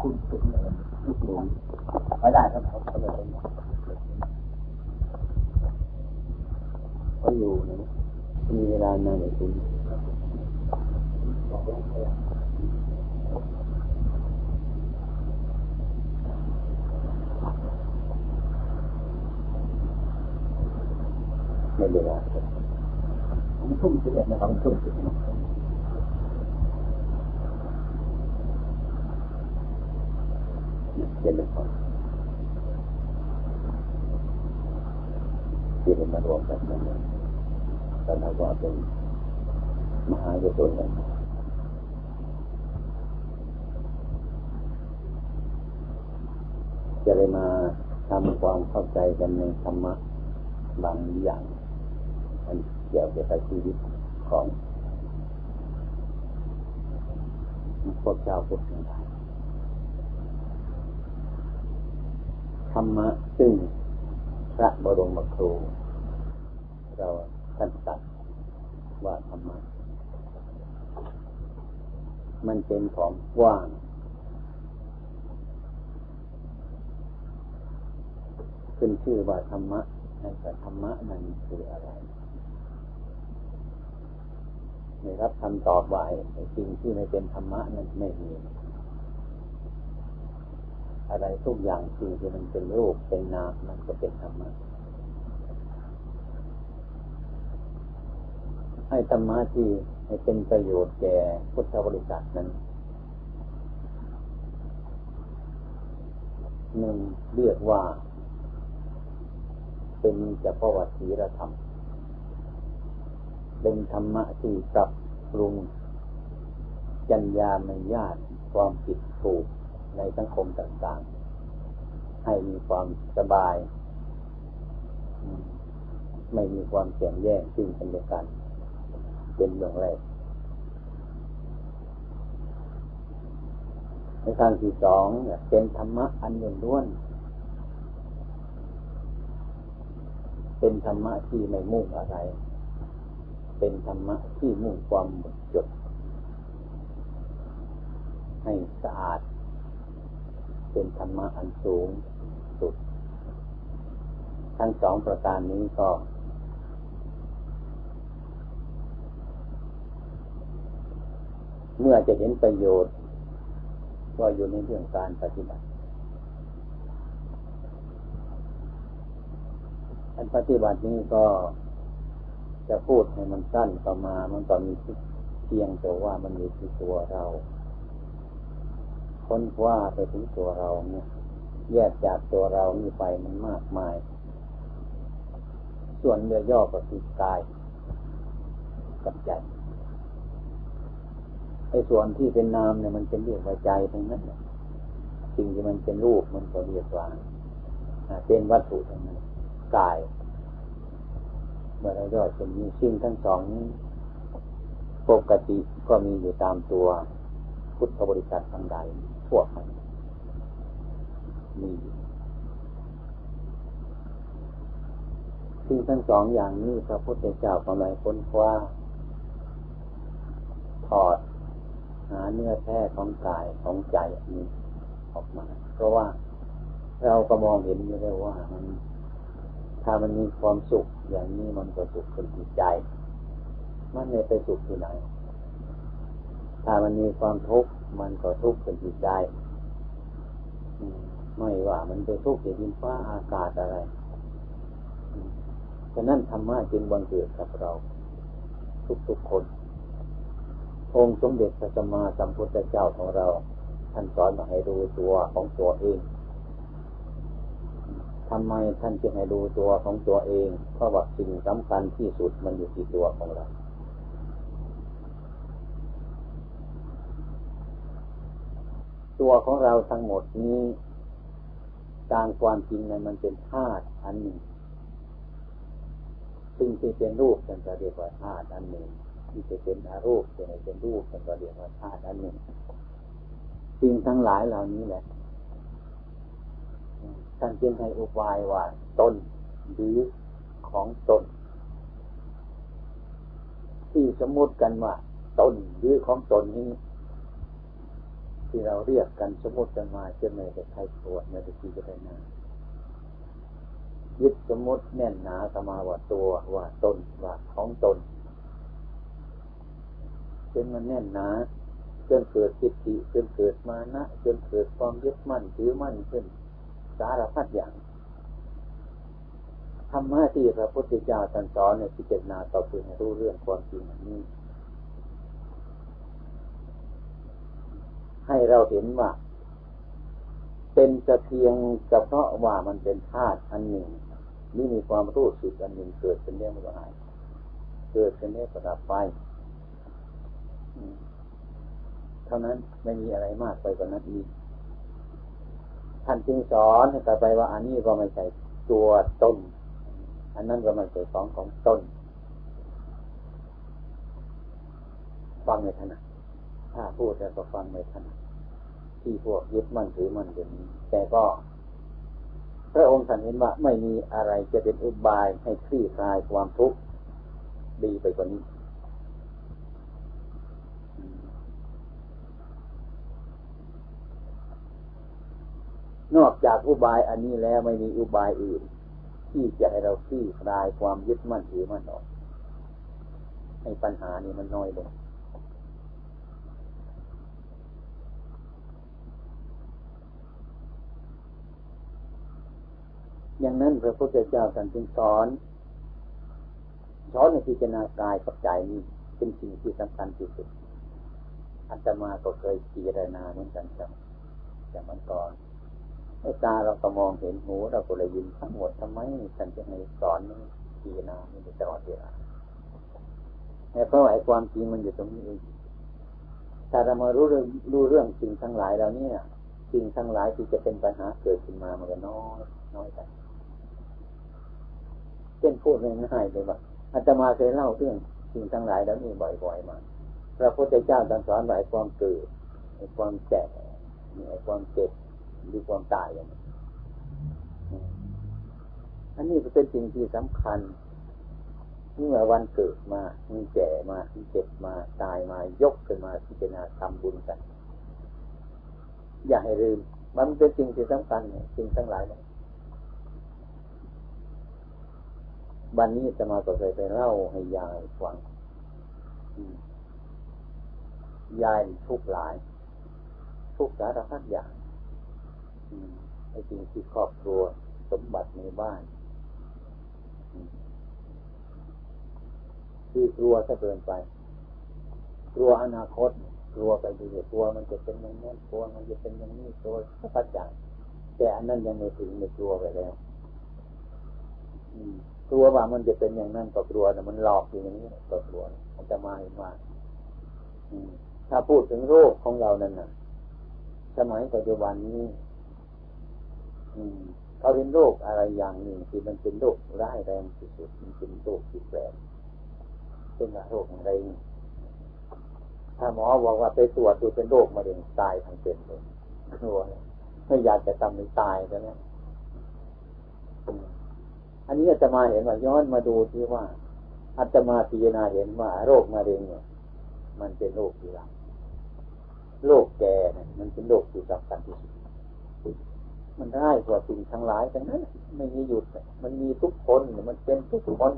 คุณสุดเลยลูกหลวงไม่ได้ครับเขาเลยเขาอยู่นะมีเวลานานเลยคุณไม่เวลาผมทุ่ม11นะครับทุ่ม11เป็นเลยครับที่เป็นมารวมกันนั่นเองแต่เราก็เป็นมหาโยตุนกันจะได้มาทำความเข้าใจกันในธรรมะบางอย่างอันเกี่ยวกับชีวิตของพวกชาวพุทธทั้งหลายธรรมะซึ่งพระบรมครูเราท่านตรัสว่าธรรมะมันเป็นของว่างขึ้นชื่อว่าธรรมะนั่นแต่ธรรมะนั้นคืออะไรไม่รับคำตอบว่าสิ่งที่ไม่เป็นธรรมะนั้นไม่มีอะไรทุกอย่างสิ่งที่มันเป็นรูปเป็นนามมันก็เป็นธรรมะให้ธรรมะที่ให้เป็นประโยชน์แก่พุทธบริษัทนั้นหนึ่งเรียกว่าเป็นจักรวรรดิธรรมเป็นธรรมะที่ปรับปรุงจรรยาบรรยาทความผิดถูกในสังคมต่างๆให้มีความสบายไม่มีความแข่งแย่งซึ่งกันและกันเป็นเรื่องแรกในทางที่สองเป็นธรรมะอันล้วนเป็นธรรมะที่ไม่มุ่งอะไรเป็นธรรมะที่มุ่งความหมดจดให้สะอาดเป็นธรรมะอันสูงสุดทั้งสองประการนี้ก็เมื่อจะเห็นประโยชน์ก็อยู่ในเรื่องการปฏิบัติอันปฏิบัตินี้ก็จะพูดให้มันสั้นต่อมามันก็มีเพียงแต่ว่ามันอยู่ที่ตัวเราค้นคว้าไปถึงตัวเราเนี่ยแยกจากตัวเรานี่ไปมันมากมายส่วนย่อก็คือกายกับใจไอ้ส่วนที่เป็นนามเนี่ยมันเป็นเรียกว่าใจทั้งนั้นสิ่งที่มันเป็นรูปมันก็เรียกว่าเป็นวัตถุทั้งนั้นกายเมื่อเราย่อจะมีสิ่งทั้งสองนี้ปกติก็มีอยู่ตามตัวพุทธบริษัททั้งใดทั่วไปมีสิ่งทั้งสองอย่างนี้พระพุทธเจ้ากำลังค้นคว้าถอดหาเนื้อแท้ของกายของใจนี้ออกมาเพราะว่าเราก็มองเห็นอยู่แล้วว่ามันถ้ามันมีความสุขอย่างนี้มันก็สุขขึ้นที่ใจมันไม่ไปสุขที่ไหนถ้ามันมีความทุกข์มันก็ทุกข์ขึ้นที่ใจไม่ว่ามันไปทุกข์ที่ดินฟ้าอากาศอะไรฉะนั้นธรรมะจึงบังเกิดกับเราทุกๆคนองค์สมเด็จพระสัมมาสัมพุทธเจ้าของเราท่านสอนมาให้ดูตัวของตัวเองทำไมท่านจึงให้ดูตัวของตัวเองเพราะว่าสิ่งสำคัญที่สุดมันอยู่ที่ตัวของเราตัวของเราทั้งหมดนี้ตามความจริงนั้นมันเป็นธาตุอันหนึ่งสิ่งที่เป็นรูปมันจะเรียกว่าธาตุอันหนึ่งที่จะเป็นอรูปเป็นรูปมันก็เรียกว่าธาตุอันหนึ่งสิ่งทั้งหลายเหล่านี้แหละท่านจึงให้อุบายว่าตนหรือของตนที่สมมติกันว่าตนหรือของตนนี้ที่เราเรียกกันสมมติกันมาจนไม่ได้ใครตรวจไม่ได้พิจารณายึดสมมติแน่นหนาสมาว่าตัวว่าตนว่าของตนจนมันแน่นหนาจนเกิดทิฏฐิจนเกิดมานะจนเกิดความยึดมั่นถือมั่นขึ้นสารพัดอย่างธรรมะที่พระพุทธเจ้าตรัสสอนในพิจารณาต่อไปให้รู้เรื่องความจริงอันนี้ให้เราเห็นว่าเป็นแต่เพียงเฉพาะว่ามันเป็นธาตุอันหนึ่งนี่มีความรู้สึกอันหนึ่งเกิดขึ้นแล้วมันก็หายเกิดขึ้นแล้วก็ดับไปเท่านั้นไม่มีอะไรมากไปกว่านั้นอีกท่านจึงสอนให้ต่อไปว่าอันนี้ก็ไม่ใช่ตัวตนอันนั้นก็ไม่ใช่ของตนฟังไม่ถนัดถ้าพูดแล้วก็ฟังไม่ถนัดที่พวกยึดมั่นถือมั่นอย่างนี้แต่ก็พระองค์ท่านเห็นว่าไม่มีอะไรจะเป็นอุบายให้คลี่คลายความทุกข์ดีไปกว่านี้นอกจากอุบายอันนี้แล้วไม่มีอุบายอื่นที่จะให้เราคลี่คลายความยึดมั่นถือมั่นออกให้ปัญหานี้มันน้อยลงอย่างนั้นพระพุทธเจ้าท่านจึงสอนในพิจารณากายกับใจนี้เป็นสิ่งที่สำคัญที่สุดอาตมาก็เคยพิจารณาเหมือนกันครับแต่มันก่อนตาเราก็มองเห็นหูเราก็เลยยินทั้งหมดทำไมท่านจะให้สอนพิจารณาไม่ได้ตลอดเวลาเพราะไอ้ความจริงมันอยู่ตรงนี้เองถ้าเรามารู้เรื่องสิ่งทั้งหลายแล้วเนี่ยสิ่งทั้งหลายที่จะเป็นปัญหาเกิดขึ้นมามันก็น้อยไปเช่นพูดง่ายๆเลยว่าอาตมาเคยเล่าเรื่องสิ่งทั้งหลายแล้วนี่บ่อยๆมาพระพุทธเจ้าตรัสสอนไว้ความเกิดไอ้ความแก่ไอ้ความเจ็บหรือความตายอย่างนี้อันนี้เป็นสิ่งที่สำคัญเมื่อวันเกิดมามีแก่มามีเจ็บมาตายมายกขึ้นมาพิจารณาทำบุญกันอย่าให้ลืมมันเป็นสิ่งที่สำคัญสิ่งทั้งหลายเนี่ยวันนี้จะมาก็เคยไปเล่าให้ยายฟังยายทุกข์หลายทุกข์สารพัดอย่างไอ้สิ่งที่ครอบครัวสมบัติในบ้านที่กลัวซะเกินไปกลัวอนาคตกลัวไปดูกลัวมันจะเป็นอย่างนั้นกลัวมันจะเป็นอย่างนี้กลัวสารพัดอย่างแต่อันนั้นยังไม่ถึงไม่กลัวไปแล้วกลัวว่ามันจะเป็นอย่างนั้นก็กลัวแต่มันหลอกอยู่อย่างนี้ก็กลัวมันจะมาอีกว่าถ้าพูดถึงโรคของเรานั่นน่ะสมัยปัจจุบันนี้เขาเป็นโรคอะไรอย่างหนึ่งที่มันเป็นโรคร้ายแรงที่สุดมันเป็นโรคที่แปลกเป็นโรคมะเร็งถ้าหมอบอกว่าไปตรวจดูเป็นโรคมะเร็งตายทั้งเป็นเลยกลัวไม่อยากจะทำให้ตายแล้วเนี่ยอันนี้อาตมาเห็นว่าย้อนมาดูที่ว่าอาตมาพิจารณาเห็นว่าโรคมะเร็งเนี่ยมันเป็นโรคที่ร้ายโรคแก่เนี่ยมันเป็นโรคที่สำคัญที่สุดมันได้กว่าสิ่งทั้งหลายทั้งนั้นไม่มีหยุดมันมีทุกคนมันเป็นทุกคน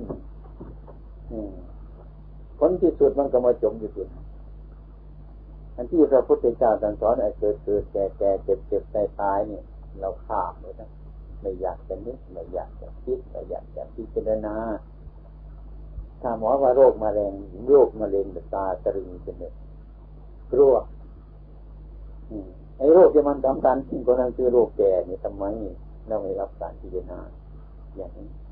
ผลที่สุดมันก็มาจมอยู่ที่อันที่พระพุทธเจ้าตรัสสอนไอ้เกิดแก่เจ็บตายเนี่ยเราข้ามเลยนะไม่อยากจะนึกไม่อยากจะคิดไม่อยากจะพิจารณาถ้าหมอว่าโรคมะเร็งตาตรึงเป็นเลยกลัวไอ้โรคที่มันสำคัญที่คนนั้นคือโรคแก่เนี่ยทำไมเราไม่รับการพิจารณาอย่าง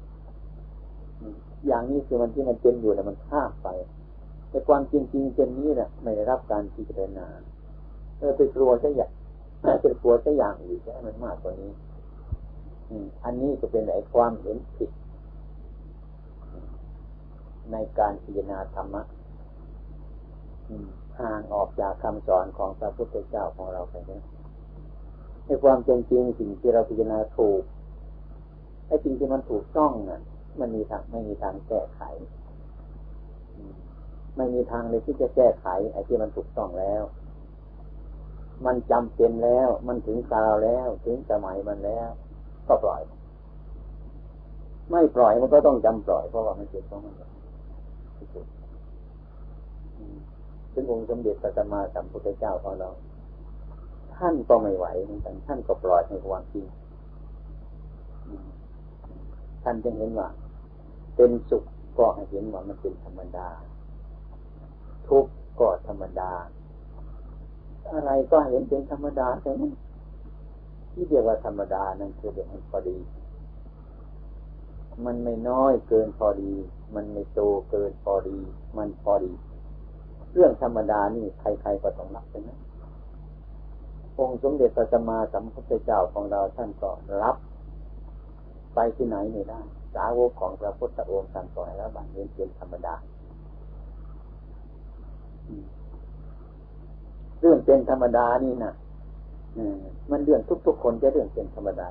นี้คือมันที่มันเป็นอยู่แล้วมันข้ามไปแต่ความจริงเป็นนี้แหละไม่ได้รับการพิจารณาไปกลัวซะอย่างเป็นกลัวซะอย่างอื่นให้มันมากกว่านี้อันนี้ก็เป็นไอ้ความเห็นผิดในการพิจารณาธรรมะห่างออกจากคำสอนของพระพุทธเจ้าของเราไปแล้วในความจริงสิ่งที่เราพิจารณาถูกไอ้สิ่งที่มันถูกต้องน่ะมันมีทางไม่มีทางแก้ไขไม่มีทางเลยที่จะแก้ไขไอ้ที่มันถูกต้องแล้วมันจำเป็นแล้วมันถึงคราวแล้วถึงสมัยมันแล้วก็ปล่อยไม่ปล่อยมันก็ต้องจำปล่อยเพราะว่ามันเจ็บของมันถึงองค์สมเด็จพระสัมมาสัมพุทธเจ้าของเราท่านก็ไม่ไหวเหมือนกันท่านก็ปล่อยในความจริงท่านจึงเห็นว่าเป็นสุขก็ให้เห็นว่ามันเป็นธรรมดาทุกข์ก็ธรรมดาอะไรก็เห็นเป็นธรรมดาแต่นั้นที่เรียกว่าธรรมดานั่นคือเรื่องมันพอดีมันไม่น้อยเกินพอดีมันไม่โตเกินพอดีมันพอดีเรื่องธรรมดานี่ใครๆก็ต้องรับใช่ไหมองค์สมเด็จพระสัมมาสัมพุทธเจ้าของเราท่านก็รับไปที่ไหนไม่ได้สาวกของพระพุทธองค์ท่านก็ให้รับเห็นเป็นธรรมดาเรื่องเป็นธรรมดานี่นะมันเรื่องทุกๆคนจะเรื่องเป็นธรรมดา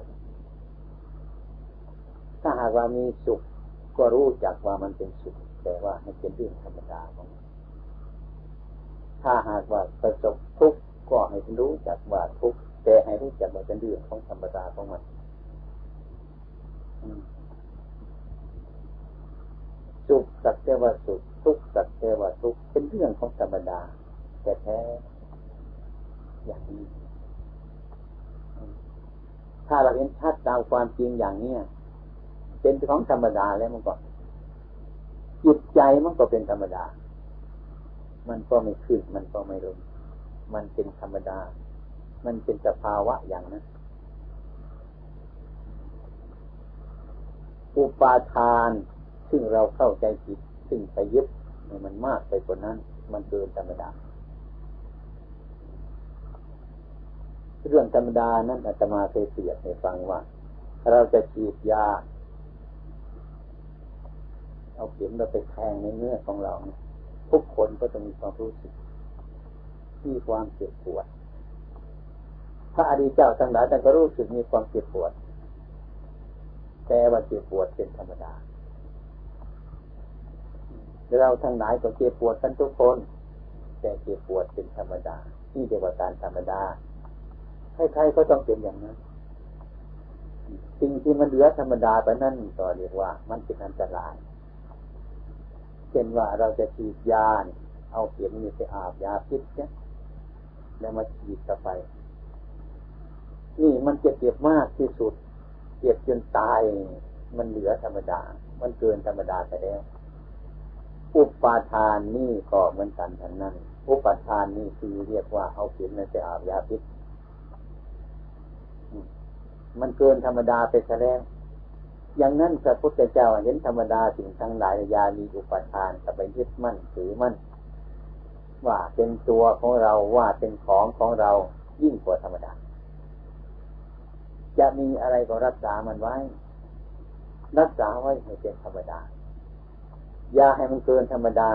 ถ้าหากว่ามีสุขก็รู้จักว่ามันเป็นสุขแต่ว่ามันเป็นเรื่องธรรมดาของมันถ้าหากว่าประสบทุกข์ก็ให้รู้จักว่าทุกข์แต่ให้รู้จักว่าเป็นเรื่องของธรรมดาของมันสุขสักแต่ว่าสุขทุกข์สักแต่ว่าทุกข์เป็นเรื่องของธรรมดาแต่แท้อย่างนี้ถ้าเราเห็นชัดตามความจริงอย่างนี้เป็นของธรรมดาแล้วมันก็จิตใจมันก็เป็นธรรมดามันก็ไม่ขึ้นมันก็ไม่ลงมันเป็นธรรมดามันเป็นสภาวะอย่างนั้นอุปาทานซึ่งเราเข้าใจผิดซึ่งไปยึดมันมากไปกว่านั้นมันเกินธรรมดาเรื่องธรรมดานั้นอาตมาเคยเปรียบให้ฟังว่าเราจะฉีดยาเอาเข็มเราไปแทงในเนื้อของเราทุกคนก็จะมีความรู้สึกมีความเจ็บปวดพระอริยเจ้าทั้งหลายแต่ก็รู้สึกมีความเจ็บปวดแต่ว่าเจ็บปวดเป็นธรรมดาเราทั้งหลายก็เจ็บปวดกันทุกคนแต่เจ็บปวดเป็นธรรมดาที่เรียกว่าการธรรมดาใครๆก็ต้องเป็นอย่างนั้นสิ่งที่มันเหลือธรรมดาไปนั่นก็เรียกว่ามันเป็นอันตรายเช่นว่าเราจะฉีดยาเอาเข็มนี่ไปอาบยาพิษเนี่ยแล้วมาฉีดเข้าไปนี่มันจะเจ็บมากที่สุดเจ็บจนตายมันเหลือธรรมดามันเกินธรรมดาไปแล้วอุปาทานนี่ก็เหมือนกันทั้งนั้นอุปาทานนี่คือเรียกว่าเอาเข็มนี่ไปอาบยาพิษมันเกินธรรมดาไปซะแล้วอย่างนั้นพระพุทธเจ้าเห็นธรรมดาสิ่งทั้งหลายยามีอุปาทานแต่ไปยึดมั่นถือมั่นว่าเป็นตัวของเราว่าเป็นของเรายิ่งกว่าธรรมดาจะมีอะไรก็รักษามันไว้รักษาไว้ให้เป็นธรรมดาอย่าให้มันเกินธรรมดา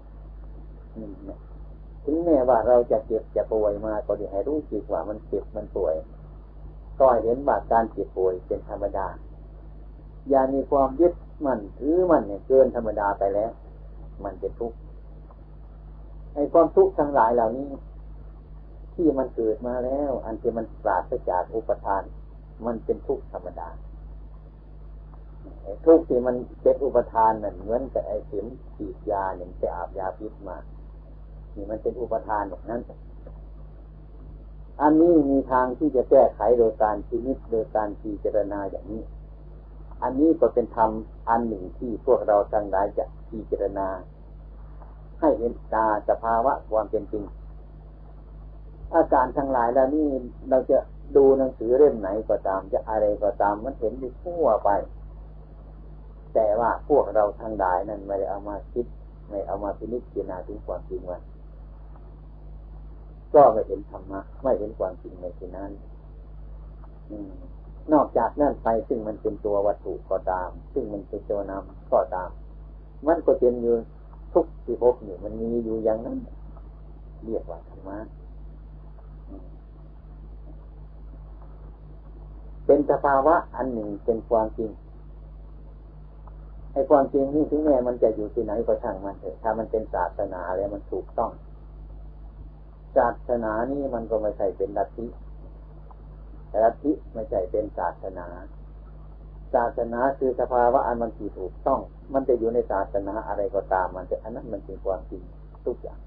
ถึงแม้ว่าเราจะเจ็บจะป่วยมาก็ดีให้รู้จิตว่ามันเจ็บมันป่วยก็ให้เห็นว่าการเจ็บป่วยเป็นธรรมดาอย่ามีความยึดมั่นถือมั่นเนี่ยเกินธรรมดาไปแล้วมันเป็นทุกข์ไอ้ความทุกข์ทั้งหลายเหล่านี้ที่มันเกิดมาแล้วอันที่มันปราศจากอุปทานมันเป็นทุกข์ธรรมดาไอ้ทุกข์ที่มันเป็นอุปทานนั่นเหมือนกับไอ้เข็มฉีดยาเนี่ยไปอาบยาพิษมานี่มันเป็นอุปทานแบบนั้นอันนี้มีทางที่จะแก้ไขโดยการพินิจโดยการพิจารณาอย่างนี้อันนี้ก็เป็นธรรมอันหนึ่งที่พวกเราทั้งหลายจะพิจารณาให้เห็นตาสภาวะความเป็นจริงอาการทั้งหลายแล้วนี่เราจะดูหนังสือเล่มไหนก็ตามจะอะไรก็ตามมันเห็นอยู่ทั่วไปแต่ว่าพวกเราทั้งหลายนั้นไม่ได้เอามาคิดไม่เอามาพินิจพิจารณาถึงความจริงว่าก็ไม่เห็นธรรมะไม่เห็นความจริงในที่นั้นนอกจากนั่นไปซึ่งมันเป็นตัววัตถุก็ตามซึ่งมันเป็นตัวนามก็ตามมันก็เป็นอยู่ทุกที่พบอยู่มันมีอยู่อย่างนั้นเรียกว่าธรรมะเป็นสภาวะอันหนึ่งเป็นความจริงไอ้ความจริงนี่ถึงแม้มันจะอยู่ที่ไหนก็ช่างมันเถอะถ้ามันเป็นศาสนาแล้วมันถูกต้องศศาสนานี่มันก็ไม่ใช่เป็นลัทธิลัทธิไม่ใช่เป็นศาสนาศาสนาคือสภาวะอันมันถูกต้องมันจะอยู่ในศาสนาอะไรก็ตามมันจะอันนั้นมันเป็นความจริงทุกอย่าง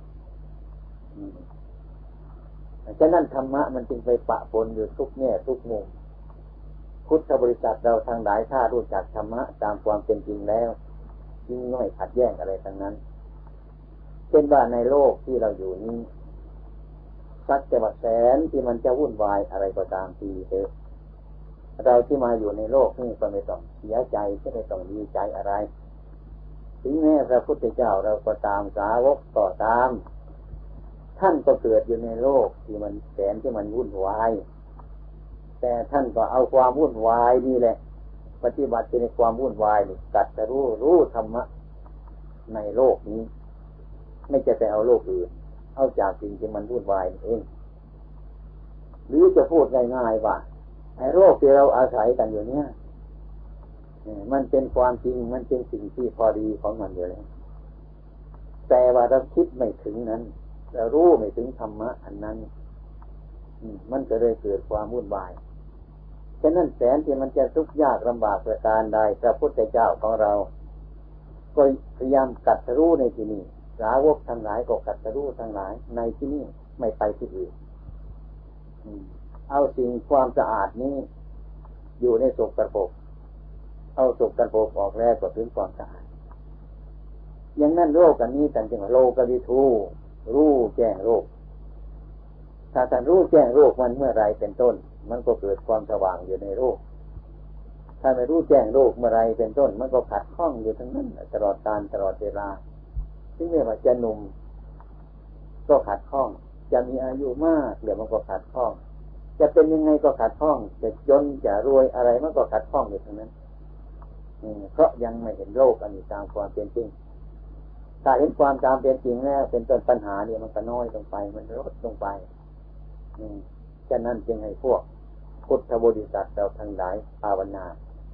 ฉะนั้นธรรมะมันจึงไปปะปนอยู่ทุกแง่ทุกมุมพุทธบริษัทเราทางหลายถ้ารู้จักธรรมะตามความเป็นจริงแล้วยิ่งน้อยขัดแย้งอะไรทั้งนั้นเช่นว่าในโลกที่เราอยู่นี้สักแต่ว่าแสนที่มันจะวุ่นวายอะไรก็ตามทีเถอะเราที่มาอยู่ในโลกนี่ก็ไม่ต้องเสียใจไม่ต้องดีใจอะไรถึงแม้พระพุทธเจ้าเราก็ตามสาวกก็ตามท่านก็เกิดอยู่ในโลกที่มันแสนที่มันวุ่นวายแต่ท่านก็เอาความวุ่นวายนี่แหละปฏิบัติในความวุ่นวายนี่กัดจะรู้ธรรมะในโลกนี้ไม่จะไปเอาโลกอื่นเอาจากสิ่งที่มันวุ่นวายเองหรือจะพูดง่ายๆว่าไอ้โลกที่เราอาศัยกันอยู่เนี่ยมันเป็นความจริงมันเป็นสิ่งที่พอดีของมันอยู่แล้วแต่ว่าเราคิดไม่ถึงนั้นเรารู้ไม่ถึงธรรมะอันนั้นมันก็เลยเกิดความวุ่นวายฉะนั้นแสนที่มันจะทุกข์ยากลำบากประการใดพระพุทธเจ้าของเราก็พยายามกัดรู้ในที่นี้สาวกทั้งหลายก็กัดรู้ทั้งหลายในที่นี้ไม่ไปที่อื่นเอาสิ่งความสะอาดนี้อยู่ในสกปรกเอาสกปรกออกแล้วก็ถึงความสะอาดอย่างนั้นโลกอันนี้แต่จริงโลกวิทูรู้แจ้งโลกถ้าท่านรู้แจ้งโลกมันเมื่อไรเป็นต้นมันก็เกิดความสว่างอยู่ในโลกถ้าไม่รู้แจ้งโลกเมื่อไรเป็นต้นมันก็ขัดข้องอยู่ทั้งนั้นตลอดกาลตลอดเวลาถึงแม้ว่าจะหนุ่มก็ขัดข้องจะมีอายุมากเดี๋ยวมันก็ขัดข้องจะเป็นยังไงก็ขัดข้องจะจนจะรวยอะไรมันก็ขัดข้องอยู่ทั้งนั้นเพราะยังไม่เห็นโลกอันนี้ตามความเป็นจริงถ้าเห็นความตามเป็นจริงแล้วเป็นต้นปัญหาเนี่ยมันก็น้อยลงไปมันลดลงไปฉะนั้นจึงให้พวกพุทธบริษัทเราทั้งหลายภาวนา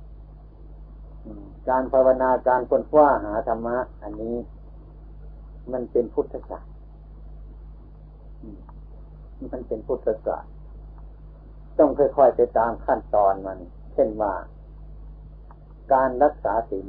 การภาวนาการค้นคว้าหาธรรมะอันนี้มันเป็นพุทธศาสตร์มันเป็นพุทธศาสตร์ต้องค่อยๆไปตามขั้นตอนมันเช่นว่าการรักษาศีล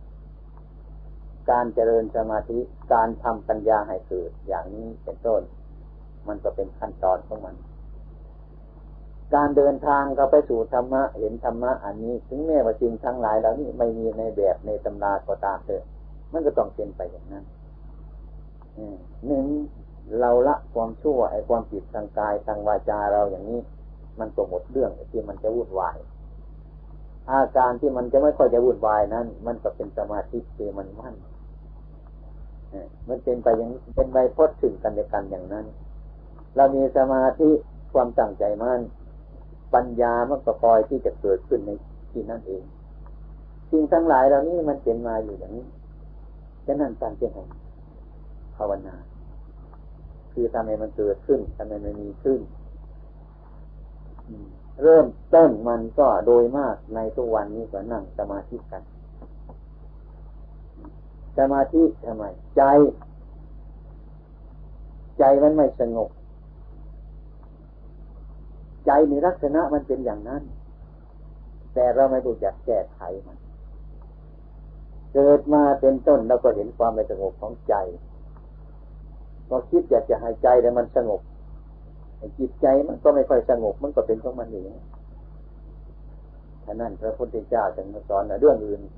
การเจริญสมาธิการทำปัญญาให้เกิดอย่างนี้เป็นต้นมันก็เป็นขั้นตอนของมันการเดินทางเข้าไปสู่ธรรมะเห็นธรรมะอันนี้ถึงแม้ว่าจริงทั้งหลายแล้วนี่ไม่มีในแบบในตำราก็ตามเถอะมันก็ต้องเป็นไปอย่างนั้นหนึ่งเราละความชั่วไอ้ความผิดทางกายทางวาจาเราอย่างนี้มันก็หมดเรื่องที่มันจะวุ่นวายอาการที่มันจะไม่ค่อยจะวุ่นวายนั้นมันก็เป็นสมาธิที่มันมั่นมันเป็นไปอย่างเป็นไปพดถึงกันในกันอย่างนั้นเรามีสมาธิความตั้งใจมั่นปัญญามันก็คอยที่จะเกิดขึ้นในที่นั่นเองสิ่งทั้งหลายเหล่านี้มันเป็นมาอยู่อย่างนี้ฉะนั้นการเจริญภาวนาคือทำให้มันเกิดขึ้นทำให้มันมีขึ้นเริ่มต้นมันก็โดยมากในทุกวันนี้ก็นั่งสมาธิกันสมาธิทำไมใจมันไม่สงบใจในลักษณะมันเป็นอย่างนั้นแต่เราไม่รู้จักแก้ไขมันเกิดมาเป็นต้นเราก็เห็นความไม่สงบของใจก็คิดอยากจะให้ใจแต่มันสงบจิตใจมันก็ไม่ค่อยสงบมันก็เป็นของมันเองฉะนั้นพระพุทธเจ้าจึงสอนเรื่องอื่น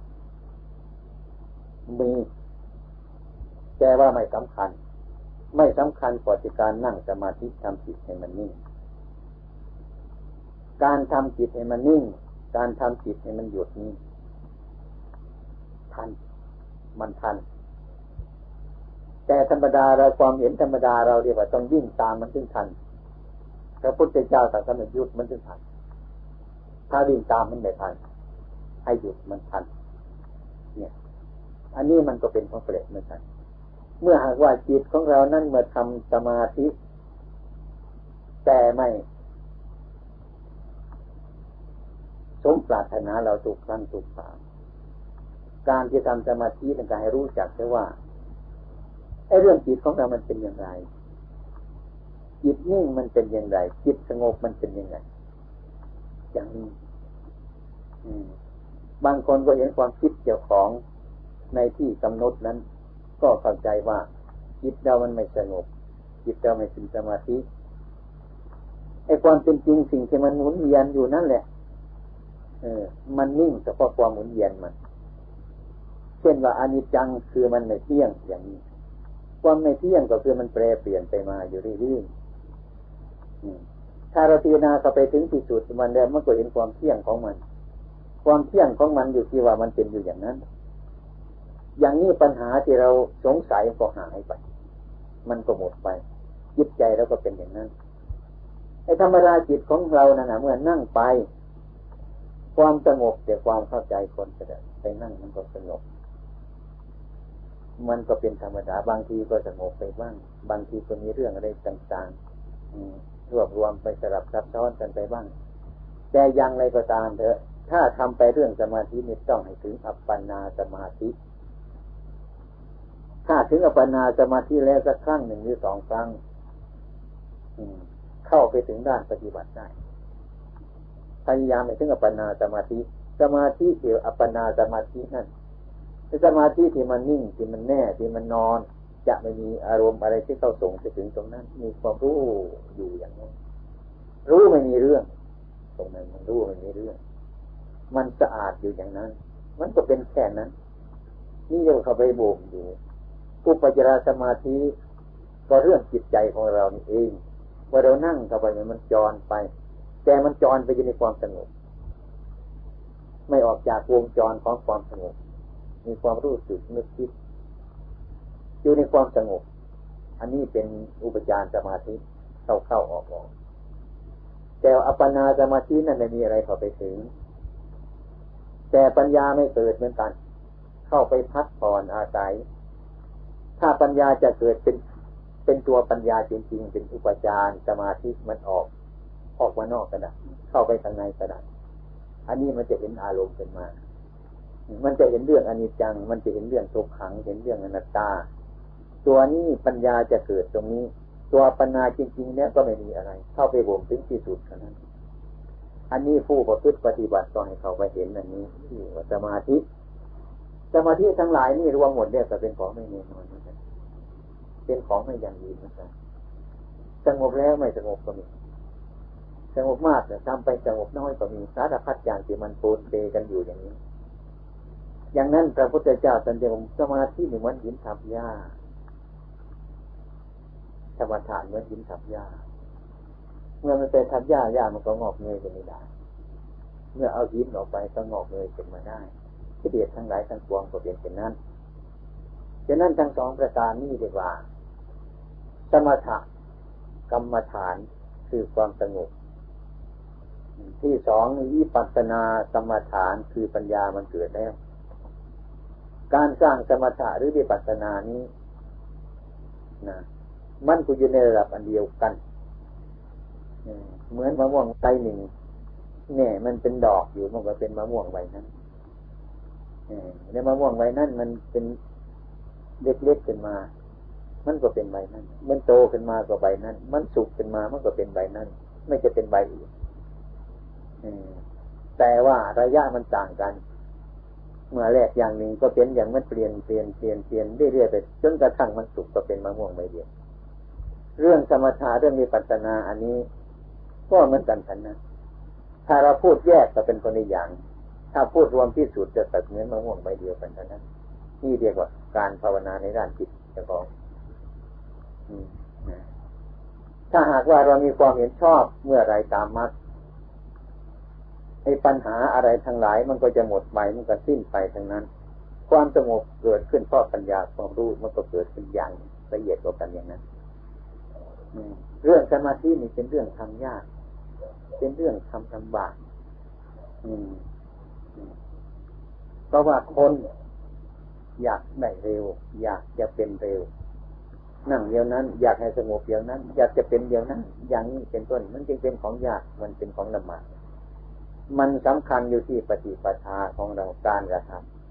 มีแต่ว่าไม่สำคัญกว่าการนั่งสมาธิทำจิตให้มันนิ่งการทำจิตให้มันนิ่งการทำจิตให้มันหยุดนี้มันทันแต่ธรรมดาเราความเห็นธรรมดาเราเรียกว่าต้องวิ่งตามมันถึงทันพระพุทธเจ้าตรัสให้หยุดมันถึงทันถ้าวิ่งตามมันไม่ทันให้หยุดมันทันเนี่ยอันนี้มันก็เป็นของเปรตเหมือนกันเมื่อหากว่าจิตของเรานั้นเมื่อทำสมาธิแต่ไม่สมปรารถนาเราทุกครั้งทุกคราวการที่ทำสมาธิต้องการให้รู้จักได้ว่าไอ้เรื่องจิตของเรามันเป็นอย่างไรจิตนิ่งมันเป็นอย่างไรจิตสงบมันเป็นยังไงอย่างนี้บางคนก็เห็นความคิดเกี่ยวของในที่กำหนดนั้นก็เข้าใจว่าจิตเรามันไม่สงบจิตเราไม่เป็นสมาธิไอ้ความเป็นจริงสิ่งที่มันหมุนเวียนอยู่นั่นแหละมันนิ่งเฉพาะความหมุนเวียนมันเช่นว่าอนิจจังคือมันไม่เที่ยงอย่างนี้ความไม่เที่ยงก็คือมันแปรเปลี่ยนไปมาอยู่เรื่อยๆถ้าเราพิจารณาเข้าไปถึงที่สุดมันแล้วมันก็เห็นความเที่ยงของมันความเที่ยงของมันอยู่ที่ว่ามันเป็นอยู่อย่างนั้นอย่างนี้ปัญหาที่เราสงสัยก็หายไปมันก็หมดไปจิตใจเราก็เป็นอย่างนั้นไอ้ธรรมดาจิตของเรานั่นน่ะเมื่อนั่งไปความสงบแต่ความเข้าใจคนจะไปนั่งมันก็สงบมันก็เป็นธรรมดาบางทีก็สงบไปบ้างบางทีก็มีเรื่องอะไรต่างๆรวบรวมไปสลับซับซ้อนกันไปบ้างแต่อย่างไรก็ตามเถอะถ้าทำไปเรื่องสมาธินี่ต้องให้ถึงอัปปนาสมาธิถ้าถึงอัปปนาสมาธิแล้วสักครั้งหนึ่งหรือสองครั้งเข้าไปถึงด้านปฏิบัติได้พยายามไปถึงอัปปนาสมาธิสมาธิเกี่ยวอัปปนาสมาธินั่นสมาธิที่มันนิ่งที่มันแน่ที่มันนอนจะไม่มีอารมณ์อะไรที่เข้าส่งไปถึงตรงนั้นมีความรู้อยู่อย่างนั้นรู้ไม่มีเรื่องตรงนั้นมันรู้ไม่มีเรื่องมันสะอาดอยู่อย่างนั้นมันก็เป็นแค่นั้นนี่เราเข้าไปบ่มอยู่อุปจารสมาธิก็เรื่องจิตใจของเราเองว่าเรานั่งเข้าไปมันจรไปแต่มันจรไปอยู่ในความสงบไม่ออกจากวงจรของความสงบมีความรู้สึกนึกคิดอยู่ในความสงบอันนี้เป็นอุปจารสมาธิเข้าออกแต่อัปปนาสมาธินั่นไม่มีอะไรเข้าไปถึงแต่ปัญญาไม่เกิดเหมือนกันเข้าไปพักผ่อนอาศัยถ้าปัญญาจะเกิดเป็นตัวปัญญาจริงๆเป็นอุปจารสมาธิมันออกมานอกก็ได้เข้าไปข้างในก็ได้อันนี้มันจะเห็นอารมณ์ขึ้นมามันจะเห็นเรื่องอนิจจังมันจะเห็นเรื่องทุกขังเห็นเรื่องอนัตตาตัวนี้ปัญญาจะเกิดตรงนี้ตัวปัญญาจริงๆเนี่ยก็ไม่มีอะไรเข้าไปบ่มถึงที่สุดเท่านั้นอันนี้ผู้ประพฤติปฏิบัติก็ให้เขาไปเห็นอันนี้ที่ว่าสมาธิทั้งหลายนี่รวมหมดเนี่ยก็เป็นของไม่แน่นอนเหมือนกันเป็นของไม่ยั่งยืนเหมือนกันสงบแล้วไม่สงบก็มีสงบมากแต่ทำไปสงบน้อยก็มีสารพัดอย่างที่มันปนเปกันอยู่อย่างนี้อย่างนั้นพระพุทธเจ้าตรัสว่าสมาธิเหมือนหินทับหญ้าสมถะเหมือนหินทับหญ้าเมื่อมันเป็นทับหญ้ามันก็งอกเงยขึ้นไม่ได้เมื่อเอาหินออกไปก็งอกเงยขึ้นมาได้กิเลสทั้งหลายทั้งปวงก็เป็นเช่นนั้นฉะนั้นทั้งสองประการนี้เรียกว่าสมถะกรรมฐานคือความสงบที่สองวิปัสสนากรรมฐานคือปัญญามันเกิดแล้วการสร้างสมถะหรือวิปัสสนานี้นะมันก็อยู่ในระดับอันเดียวกันเหมือนมะม่วงใบหนึ่งเนี่ยมันเป็นดอกอยู่มันก็เป็นมะม่วงใบนั้นในมะม่วงใบนั้นมันเป็นเล็กๆขึ้นมามันก็เป็นใบนั้นมันโตขึ้นมาก็ใบนั้นมันสุกขึ้นมามันก็เป็นใบนั้นไม่จะเป็นใบอื่นแต่ว่าระยะมันต่างกันเมื่อแรกอย่างหนึ่งก็เป็นอย่างมันเปลี่ยนเรื่อยๆไปจนกระทั่งมันสุกก็เป็นมะม่วงใบเดียวเรื่องสมถะเรื่องวิปัสสนาอันนี้ก็เหมือนกันนะถ้าเราพูดแยกก็เป็นคนละอย่างถ้าพูดรวมที่สุดจะตัดเหมือนมะม่วงใบเดียวกันนั้นนี่เรียกว่าการภาวนาในด้านจิตเจ้าของถ้าหากว่าเรามีความเห็นชอบเมื่อไรตามมรรคไอ้ปัญหาอะไรทั้งหลายมันก็จะหมดไปมันก็สิ้นไปทั้งนั้นความสงบเกิดขึ้นเพราะปัญญาความรู้มันก็เกิดขึ้นอย่างละเอียดกว่ากันอย่างนั้นเรื่องสมาธินี่เป็นเรื่องทำยากเป็นเรื่องทำลำบากเพราะว่าคนอยากได้เร็วอยากจะเป็นเร็วนั่งเดียวนั้นอยากให้สงบเดียวนั้นอยากจะเป็นเดียวนั้นอย่างนี้เป็นต้นมันจึงเป็นของยากมันเป็นของลำบากมันสำคัญอยู่ที่ปฏิปทาของเราการกระ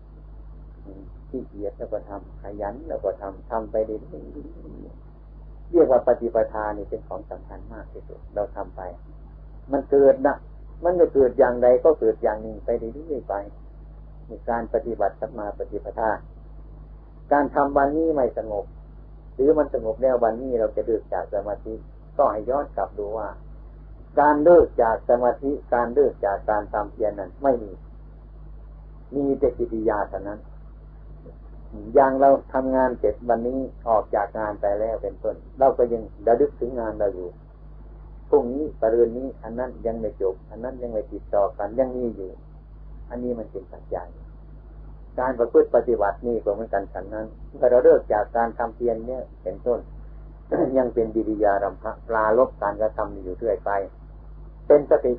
ทำที่เกียรแล้วก็ทำขยันแล้วก็ทำไปเรื่อยเรียกว่าปฏิปทานี่เป็นของสำคัญมากที่สุดเราทำไปมันเกิดนะมันจะเกิดอย่างใดก็เกิดอย่างหนึ่งไปเรื่อยๆไปมีการปฏิบัติสัมมาปฏิปทาการทำวันนี้ไม่สงบหรือมันสงบแล้ววันนี้เราจะเลิกจากสมาธิก็ให้ย้อนกลับดูว่าการเลิกจากสมาธิการเลิกจากการทำเพียรนั้นไม่มีแต่กิริยาเท่านั้นอย่างเราทำงานเสร็จวันนี้ออกจากงานไปแล้วเป็นต้นเราก็ยังระลึกถึงงานเราอยู่พรุ่งนี้ปรืนนี้อันนั้นยังไม่จบอันนั้นยังไม่ติดต่อกันยังมีอยู่อันนี้มันเป็นปัจจัยการประพฤติปฏิบัตินี่ก็เหมือนกันฉันนั้นเมื่อเราเลิกจากการทำเพียรเนี่ยเป็นต้น ยังเป็นกิริยารำพะปลาลบการกระทำอยู่เรื่อยไปเป็นสติ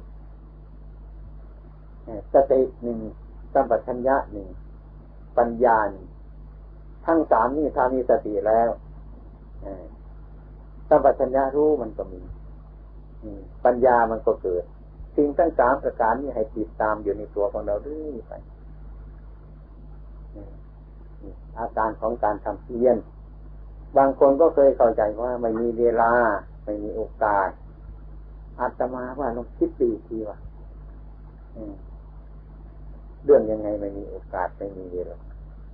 หนึ่งสัมปชัญญะหนึ่งปัญญาหนึ่งทั้งสามนี่ถ้ามีสติแล้วสัมปชัญญะรู้มันก็มีปัญญามันก็เกิดสิ่งทั้งสามประการนี้ให้ติดตามอยู่ในตัวของเราเรื่อยไปอาการของการทำเพียรบางคนก็เคยเข้าใจว่าไม่มีเวลาไม่มีโอกาสอาตมาว่าลองคิดดูทีว่าเรื่องยังไงไม่มีโอกาสไม่มีเวลา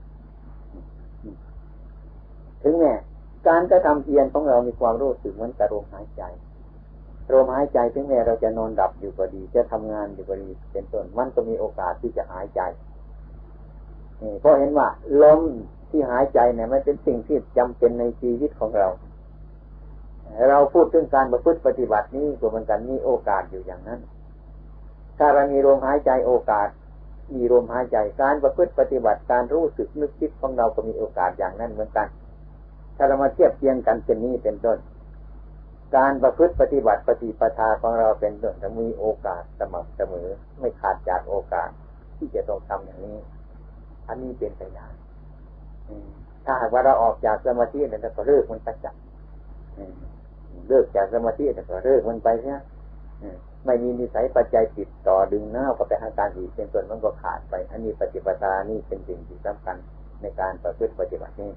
ถึงแม้การกระทำเพียรของเรามีความรู้สึกเหมือนกับลมหายใจลมหายใจถึงแม้เราจะนอนดับอยู่ก็ดีจะทำงานอยู่ก็ดีเป็นต้นมันก็มีโอกาสที่จะหายใจเพราะเห็นว่าลมที่หายใจเนี่ยมันเป็นสิ่งที่จำเป็นในชีวิตของเราเราพูดถึงการประพฤติปฏิบัตินี้ก็เหมือนกันมีโอกาสอยู่อย่างนั้นถ้าเรามีลมหายใจโอกาสมีลมหายใจการประพฤติปฏิบัติการรู้สึกนึกคิดของเราก็มีโอกาสอย่างนั้นเหมือนกันถ้าเรามาเทียบเทียงกันเป็นนี้เป็นต้นการประพฤติปฏิบัติปฏิปทาของเราเป็นต้นจะมีโอกาสสม่ำเสมอไม่ขาดจากโอกาสที่จะต้องทำอย่างนี้อันนี้เป็นไปได้ถ้าหากว่าเราออกจากสมาธิเนี่ยเราก็เลิกมันไปจากเลิกจากสมาธิแต่ก็เลิกมันไปเนี่ยไม่มีนิสัยปัจจัยติดต่อดึงหน้าก็ไปหาการอีกเป็นส่วนมันก็ขาดไปอันนี้ปฏิปทานี่เป็นสิ่งที่สำคัญในการประพฤติปฏิบัตินี้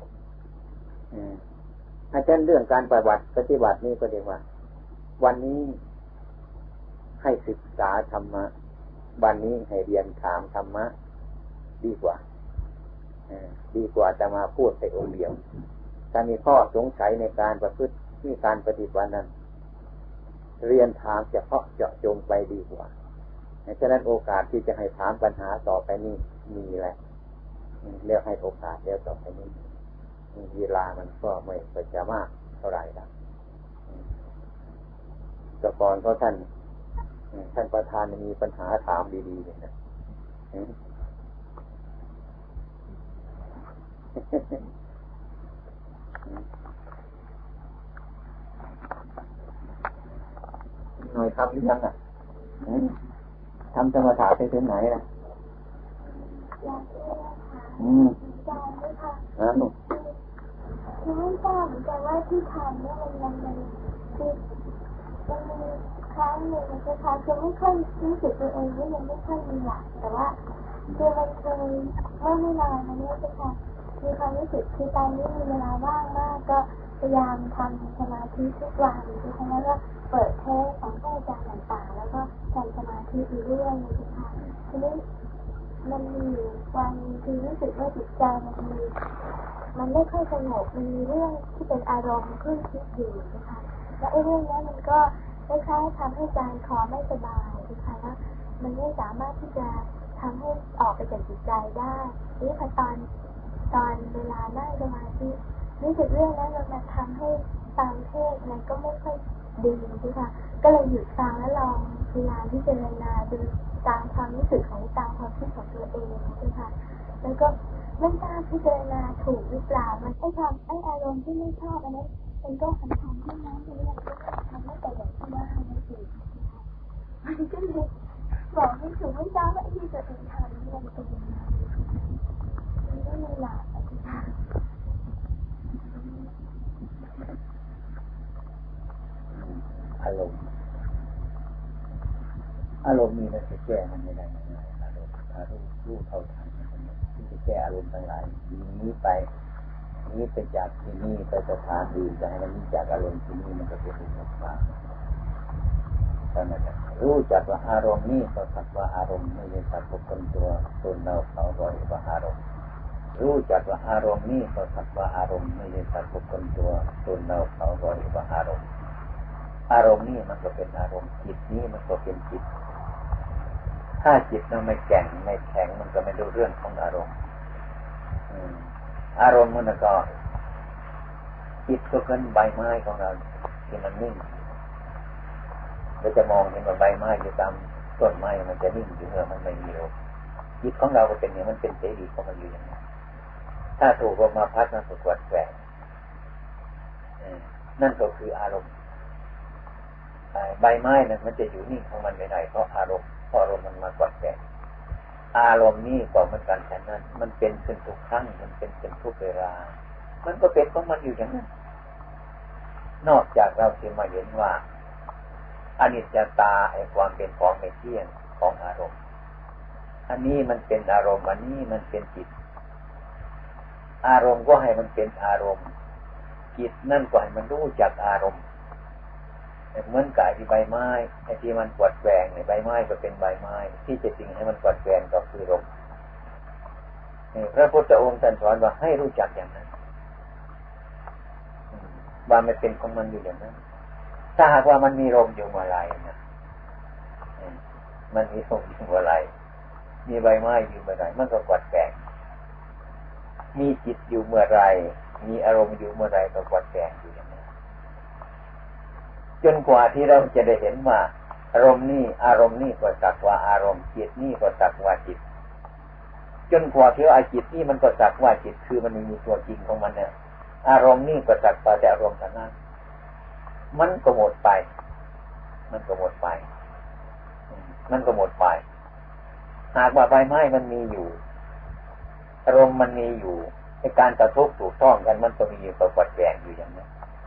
อาจารย์เรื่องการปฏิบัตินี่ก็เรียกว่าวันนี้ให้ศึกษาธรรมะวันนี้ให้เรียนถามธรรมะดีกว่าจะมาพูดแต่องค์เดียวถ้ามีข้อสงสัยในการประพฤติมีการปฏิบัตินั้นเรียนถามเฉพาะเจาะจงไปดีกว่าฉะนั้นโอกาสที่จะให้ถามปัญหาต่อไปนี้มีแหละเรียกให้โอกาสแล้วต่อไปนี้เวลามันก็ไม่ค่อยจะมากเท่าไหร่ละแต่ก่อนเพราะท่านประธานมีปัญหาถามดีๆเลยนะหน่อยทำหรือยังอ่ะทำสมถะไปถึงไหนนะลูกไม่ทราบเหมือนกันว่าที่ทำเนี่ยมันคือมันมีครั้งหนึ่งนะคะจะไม่ค่อยรู้สึกตัวเองว่ายังไม่ค่อยมีหลักแต่ว่าคือมันเคยเมื่อไม่นานมานี้นะคะมีความรู้สึกคือตอนนี้มีเวลาว่างมากก็พยายามทำสมาธิทุกวันนะคะแล้วก็เปิดเทปของท่านอาจารย์ต่างๆแล้วก็ทำสมาธิอยู่เรื่อยๆนะคะทีนี้มันมีวันคือรู้สึกว่าจิตใจมันไม่ค่อยสงบมันมีเรื่องที่เป็นอารมณ์ขึ้นคิดอยู่นะคะและเรื่องนี้มันก็คล้ายๆทำให้ใจคอไม่สบายนะคะแล้วมันไม่สามารถที่จะทำให้ออกไปจากจิตใจได้นี่พอตอนเวลานั่งสมาธิรู้สึกเรื่องนั้นมันทำให้ตามเทศมันก็ไม่ค่อยดีนะคะก็เลยหยุดฟังแล้วลองพยายามพิจารณาดูตามความรู้สึกของตามความคิดของตัวเองนะคะแล้วก็ไม่ทราบพิจารณาถูกหรือเปล่ามันอารมณ์ที่ไม่ชอบอันนั้นมันก็ทำให้น้ำมันไม่ไปแบบที่ว่าไม่ถูกมันก็เลยบอกไม่ถูกไม่ทราบว่าที่ตัวเองทำมันเป็นยังไงมันก็เลยหลับนะคะอารมณ์นี่เราจะแก้มันไม่ได้ง่ายอารมณ์รู้เท่าทันที่จะแก้อารมณ์ต่างๆนี้ไปนี้ไปจากที่นี่ไปสถานอื่นจะให้มันนี้จากอารมณ์ที่นี่มันก็เป็นอุปสรรคเท่านั้นแหละรู้จักว่าอารมณ์นี้ก็สักว่าอารมณ์ไม่ใช่สักบุคคลตัวตนเราเขาบริวารอารมณ์รู้จักว่าอารมณ์นี้ก็สักว่าอารมณ์ไม่ใช่สักบุคคลตัวตนเราเขาบริวารอารมณ์อารมณ์นี้มันก็เป็นอารมณ์จิตนี้มันก็เป็นจิตถ้าจิตมันไม่แข็งไม่แข็งมันก็ไม่รู้เรื่องของอารมณ์อารมณ์มันก็จิตก็เป็นใบไม้ของเราที่มันนิ่งเราจะมองเห็นว่าใบไม้อยู่ตามต้นไม้มันจะนิ่งอยู่เมื่อมันไม่มีลมจิตของเราก็เป็นอย่างมันเป็นเสรีของมันอยู่อย่างนั้นถ้าถูกลมมาพัดมันก็กวัดแกว่งนั่นก็คืออารมณ์ใบไม้นั้นมันจะอยู่นิ่งของมันไม่ได้เพราะอารมณ์มันมากวัดแกว่งอารมณ์นี้ก็เหมือนกันฉะนั้นมันเป็นขึ้นทุกครั้งมันเป็นขึ้นทุกเวลามันก็เป็นของมันอยู่อย่างนั้นนอกจากเราจะมาเห็นว่าอนิจจตาไอ้ความเป็นของไม่เที่ยงของอารมณ์อันนี้มันเป็นอารมณ์อันนี้มันเป็นจิตอารมณ์ก็ให้มันเป็นอารมณ์จิตนั่นก็ให้มันรู้จักอารมณ์เหมือนกายที่ใบไม้ไอ้ที่มันกวัดแกว่งในใบไม้ก็เป็นใบไม้ที่จะสิ่งให้มันกวัดแกว่งก็คือลมพระพุทธองค์ท่านสอนว่าให้รู้จักอย่างนั้นว่ามันเป็นของมันอยู่อย่างนั้นถ้าหากว่ามันมีลมอยู่เมื่อไรนะมันมีลมอยู่เมื่อไรมีใบไม้อยู่เมื่อไรมันก็กวัดแกว่งมีจิตอยู่เมื่อไรมีอารมณ์อยู่เมื่อไรก็กวัดแกว่งอยู่อย่างนั้นจนกว่าที่เราจะได้เห็นว่าอารมณ์นี่ก็สักว่าอารมณ์จิตนี่ก็สักว่าจิตจนกว่าที่จิตนี่มันก็สักว่าจิตคือมันมีตัวจริงของมันเนี่ยอารมณ์นี่ก็สักแต่อารมณ์เท่านั้นมันก็หมดไปหากว่าใบไม้มันมีอยู่อารมณ์มันมีอยู่ในการกระทบถูกต้องกันมันก็มีอยู่กับกวัดแกว่งอยู่อย่างนั้น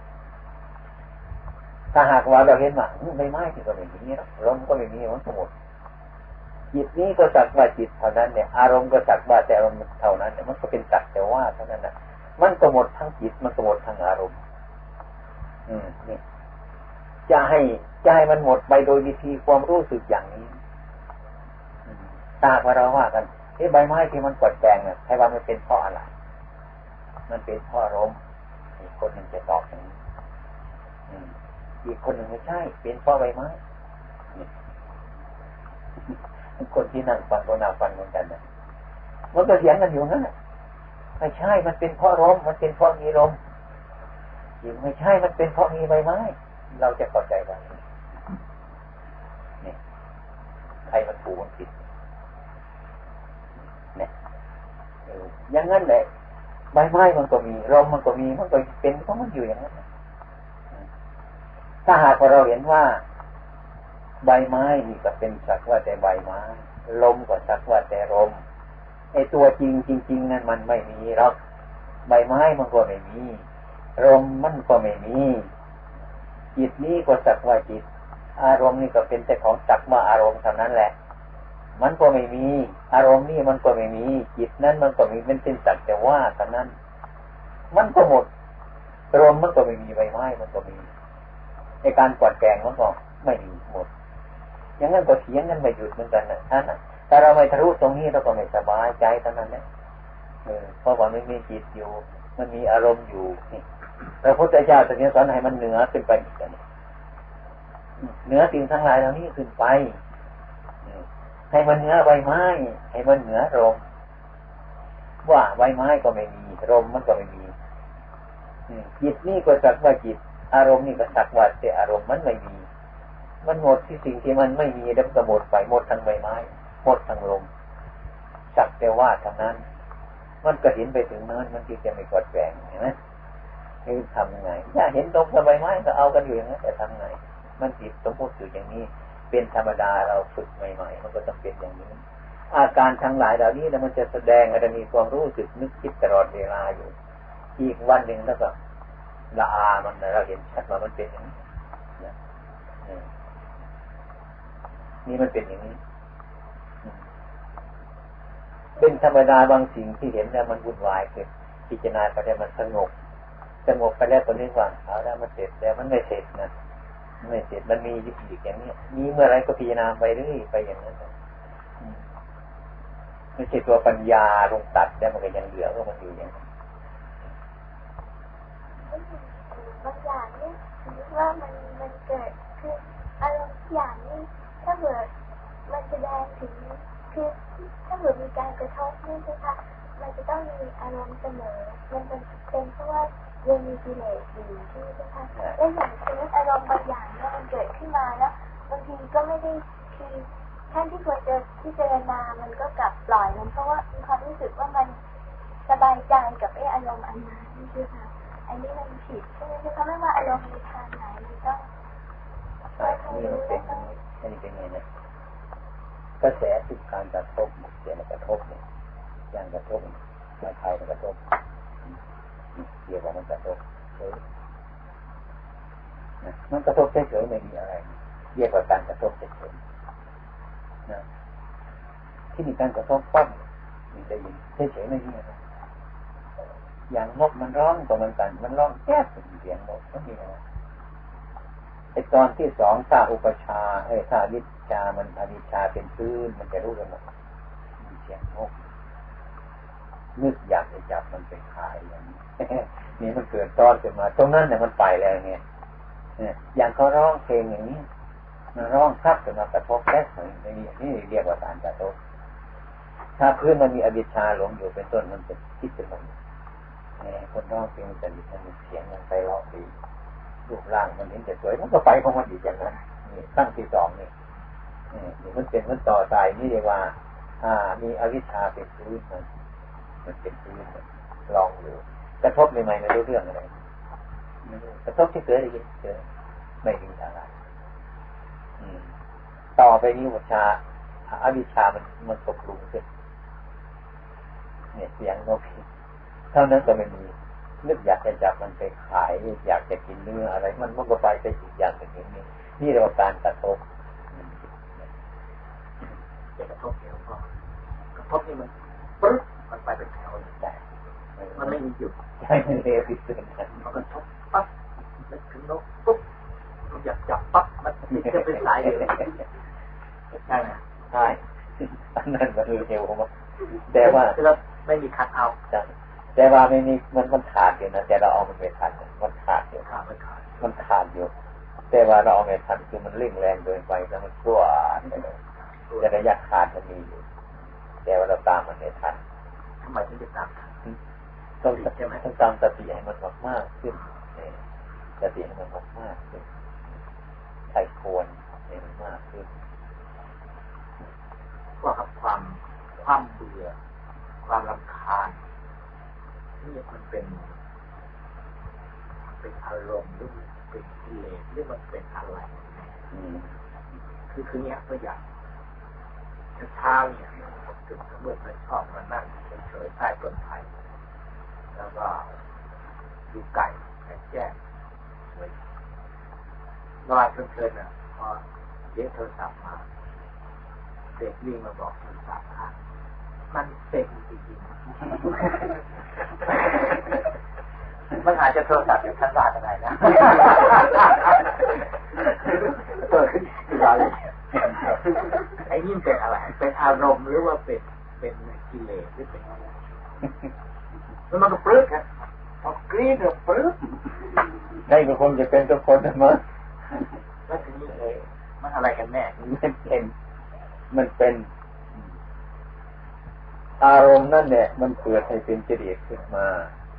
ถ้าหากว่าเราเห็นว่าใบไม้ที่ก็ไม่มีนะลมก็ไม่มีมันก็หมดจิตนี้ก็สักว่าจิตเท่านั้นเนี่ยอารมณ์ก็สักว่าแต่อารมณ์เท่านั้นเนี่ยมันก็เป็นสักแต่ว่าเท่านั้นนะมันก็หมดทั้งจิตมันก็หมดทั้งอารมณ์นี่จะให้มันหมดไปโดยวิธีความรู้สึกอย่างนี้ตาพอเราว่ากันใบไม้ที่มันกวัดแกว่งเนี่ยใครว่ามันเป็นเพราะอะไรมันเป็นเพราะอารมณ์อีกคนหนึ่งจะตอบอย่างนี้อีกคนหนึ่งไม่ใช่เป็นเพราะใบไม้คนที่นั่งฟังก็นั่งฟังเหมือนกันนะมันก็เถียงกันอยู่นั่นแหละไม่ใช่มันเป็นเพราะลมมันเป็นเพราะมีลมยิ่งไม่ใช่มันเป็นเพราะมีใบไม้เราจะเข้าใจว่านี่ใครมันถูกมันผิดเนี่ยอย่างนั้นแหละใบไม้มันก็มีลมมันก็มีมันก็เป็นเพราะมันอยู่อย่างนั้นถ้าหากเราเห็นว่าใบไม้นี่ก็เป็นสักว่าแต่ใบไม้ลมก็สักว่าแต่ลมไอ้ตัวจริงนั้นมันไม่มีหรอกใบไม้มันก็ไม่มีลมมันก็ไม่มีจิตนี้ก็สักว่าจิตอารมณ์นี่ก็เป็นแต่ของสักว่าอารมณ์เท่านั้นแหละมันก็ไม่มีอารมณ์นี่มันก็ไม่มีจิตนั้นมันก็มีมันเป็นสักแต่ว่าเท่านั้นมันก็หมดลมมันก็ไม่มีใบไม้มันก็มีในการกวาดแกงมันก็ไม่มีหมดอย่างนั้นก็เถียงกันไม่หยุดเหมือนกันนะท่านนะถ้าเราไม่ทะลุตรงนี้เราก็ไม่สบายใจเท่านั้นนะเพราะว่าไม่มีจิตอยู่มันมีอารมณ์อยู่นี่พระพุทธเจ้าตรัสสอนให้มันเหนือขึ้นไปอีกนะเหนือสิ่งทั้งหลายเหล่านี้ขึ้นไปให้มันเหนือใบไม้ให้มันเหนือลมว่าใบไม้ก็ไม่มีลมมันก็ไม่มีจิตนี่ก็สักว่าจิตอารมณ์นี่ก็สักว่าแต่อารมณ์มันไม่มีมันหมดที่สิ่งที่มันไม่มีแล้วก็หมดไปหมดทั้งใบไม้หมดทั้งลมสักแต่ว่าทั้งนั้นมันก็เห็นไปถึงนั้นมันที่จะไม่กดแฝงเห็นไหมคือทำไงถ้าเห็นตรงกับใบไม้ก็เอากันอยู่อย่างนั้นแต่ทำไงมันติดสมมติอยู่อย่างนี้เป็นธรรมดาเราฝึกใหม่ๆมันก็ต้องเป็นอย่างนี้อาการทั้งหลายเหล่านี้แล้วมันจะแสดงมันจะมีความรู้สึกนึกคิดตลอดเวลาอยู่อีกวันหนึ่งแล้วก็ละอามันเราเห็นชัดว่ามันเป็นอย่างนี้นี่มันเป็นอย่างนี้เป็นธรรมดาบางสิ่งที่เห็นแล้วมันวุ่นวายเกิดพิจารณาไปได้มันสงบไปแล้วตัวนี้ว่าเอาแล้วมันเสร็จแต่มันไม่เสร็จนะไม่เสร็จมันมีอยู่อีกอย่างนี้มีเมื่อไรก็พิจารณาไปเรื่อยไปอย่างนั้นไม่ใช่ตัวปัญญาลงตัดแล้วมันก็ยังเหลือก็มันอยู่อย่างนั้นบางอย่างนี่คิดว่ามันเกิดคืออารมณ์อย่างนี้ถ้าเกิดมันแสดงถึงคือถ้าเกิดมีการกระทบนี่ใช่ค่ะมันจะต้องมีอารมณ์เสมอมันเป็นเพราะว่ายังมีกิเลสอยู่ใช่ไหมคะและอย่างเช่นอารมณ์บางอย่างเนี่ยมันเกิดขึ้นมาแล้วบางทีก็ไม่ได้คือท่านที่ควรจะพิจารณามันก็กลับปล่อยมันเพราะว่ามีความรู้สึกว่ามันสบายใจกับอารมณ์อันนั้นใช่ไหมคะอันนี้มันผิดใช่ไหมคะไม่ว่าอารมณ์ในทางไหนมันต้องนี่มันเป็นอันนี้เป็นไงเนี่ยกระแสคือการกระทบเสียงกระทบเนี่ยอย่างกระทบไม่ใครมันกระทบเรียกว่ามันกระทบมันกระทบเฉยๆไม่มีอะไรเรียกว่าการกระทบเฉยๆนะที่มีการกระทบปั้มมีได้ยินเฉยๆไม่มีอะไรอย่างนกมันร้องก็มันกันมันร้องแก๊สเสียงนกไม่มีอะไรไอตอนที่สองถ้าอุปชาถ้าวิชามันอวิชชาเป็นพื้นมันจะรู้กันหมดมีเสียงนกนึกอยากจะจับมันไปขายอย่างนี้นี่มันเกิดตอนขึ้นมาตรงนั้นเนี่ยมันไปแล้วเนี่ยอย่างเขาร้องเพลงอย่างนี้มันร้องคับขึ้นมากระทบแก๊สอย่างนี้นี่เรียกว่าการกระทบถ้าพื้นมันมีอวิชชาหลงอยู่เป็นต้นมันจะคิดเป็นแบบนี้คนร้องเพลงมันจะมีเสียงมันไปร้องดีรูปร่างมันเห็นจะสวยมันก็ไปของมันอีกอย่างนั้นนี่ขั้นที่สองนี่มันเป็นมันต่อสายนี่เรียกว่ามีอวิชชาเป็นพื้นมันเป็นพื้นลองอยู่กระทบใหม่ๆไม่รู้เรื่องอะไรกระทบที่เกิดอะไรเกิดไม่มีอะไรต่อไปนี้วิชาอวิชชามันตกลุมขึ้นเนี่ยเสียงนกเท่านั้นก็ไม่มีนึกอยากจะจับมันไปขายอยากจะกินเนื้ออะไรมันก็ไปอีกอย่างหนึ่งอย่างนี้นี่เรียกว่าการกระทบจะกระทบเดียวพอกระทบนี่มันปึ๊บมันไปเป็นแถวแต่มันไม่มีหยุดใช่มันเร็วที่สุดพอกระทบปั๊บนึกถึงนกปุ๊บมันอยากจับปั๊บมันจะเป็นสายเดียวใช่ไหมใช่อันนั้นมันเร็วมากแต่ว่าเราไม่มีคัดเอาแต่ว่าไม่มีมันขาดอยู่นะแต่เราเอามันไม่ทันมันขาดอยู่มันขาดอยู่แต่ว่าเราเอาไม่ทันคือมันเร่งแรงเกินไปแล้วมันกลัวแต่ระยะขาดมันมีอยู่แต่ว่าเราตามมันไม่ทันทำไมถึงจะตามต้องตามสติให้มันมากขึ้นสติให้มันมากขึ้นใช้ควรให้มันมากขึ้นก็ครับความเบื่อความรำคาญนี่มันเป็นอารมณ์หรือเป็นกิเลสหรือมันเป็นอะไรคือเนี้ยตัวอย่างเช้าเนี่ยผมตื่นเมื่อไปชอบมานั่งเฉยๆใต้ต้นไผ่แล้วก็ดูไก่แจ้งนอนเพลินๆอ่ะพอเสียงโทรศัพท์มาเด็กวิ่งมาบอกโทรศัพท์มันเป็นจริงๆมันอาจจะโทรศัพท์อยู่ชั้นล่างอะไรนะไอ้นี่เป็นอะไรเป็นอารมณ์หรือว่าเป็นกิเลสหรือเป็นอะไรแล้วมันก็ปลื้มครับพอกรี๊ดปลื้มได้ก็คงจะเป็นทุกคนนะมั้งแล้วทีนี้มันอะไรกันแน่มันเป็นอารมณ์นั่นเนี่ยมันเกิดให้เป็นกิเลสขึ้นมา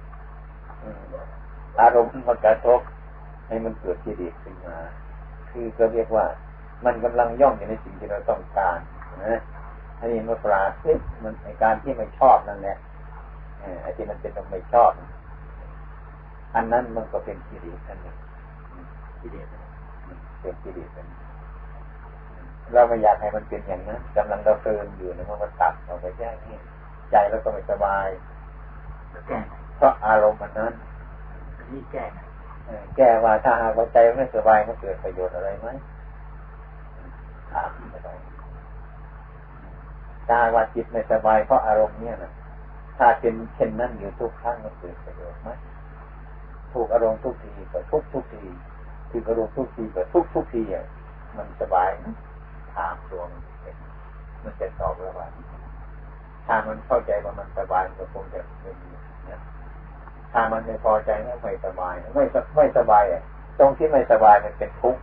อารมณ์มันกระทบให้มันเกิดกิเลสขึ้นมาคือก็เรียกว่ามันกำลังย่องอยู่ในสิ่งที่เราต้องการนะอันนี้มันปราศมันในการที่ไม่ชอบนั่นแหละไอ้ที่มันเป็นไม่ชอบอันนั้นมันก็เป็นกิเลสอันหนึ่งกิเลสเป็นกิเลสอันเราไม่อยากให้มันเป็นอย่างนั้นกำลังเราเพลินอยู่นะมันตัดเราไปแย่นี่ใจเราก็ไม่สบายเพราะอารมณ์มันนั้นนี่แก้ว่าถ้าหากว่าใจไม่สบายมันเกิดประโยชน์อะไรไหมถามไม่ได้ถ้าว่าจิตไม่สบายเพราะอารมณ์เนี่ยนะถ้าเป็นเช่นนั้นอยู่ทุกครั้งมันเกิดประโยชน์ไหมถูกอารมณ์ทุกทีก็ทุกทีถูกอารมณ์ทุกทีก็ทุกทีอ่ะมันสบายนะถามตัวมันจะตอบว่าถ้ามันเข้าใจว่ามันสบายก็คงจะไม่ดีนะถ้ามันไม่พอใจไม่สบายไม่สบายอ่ะตรงที่ไม่สบายมันเป็นทุกข์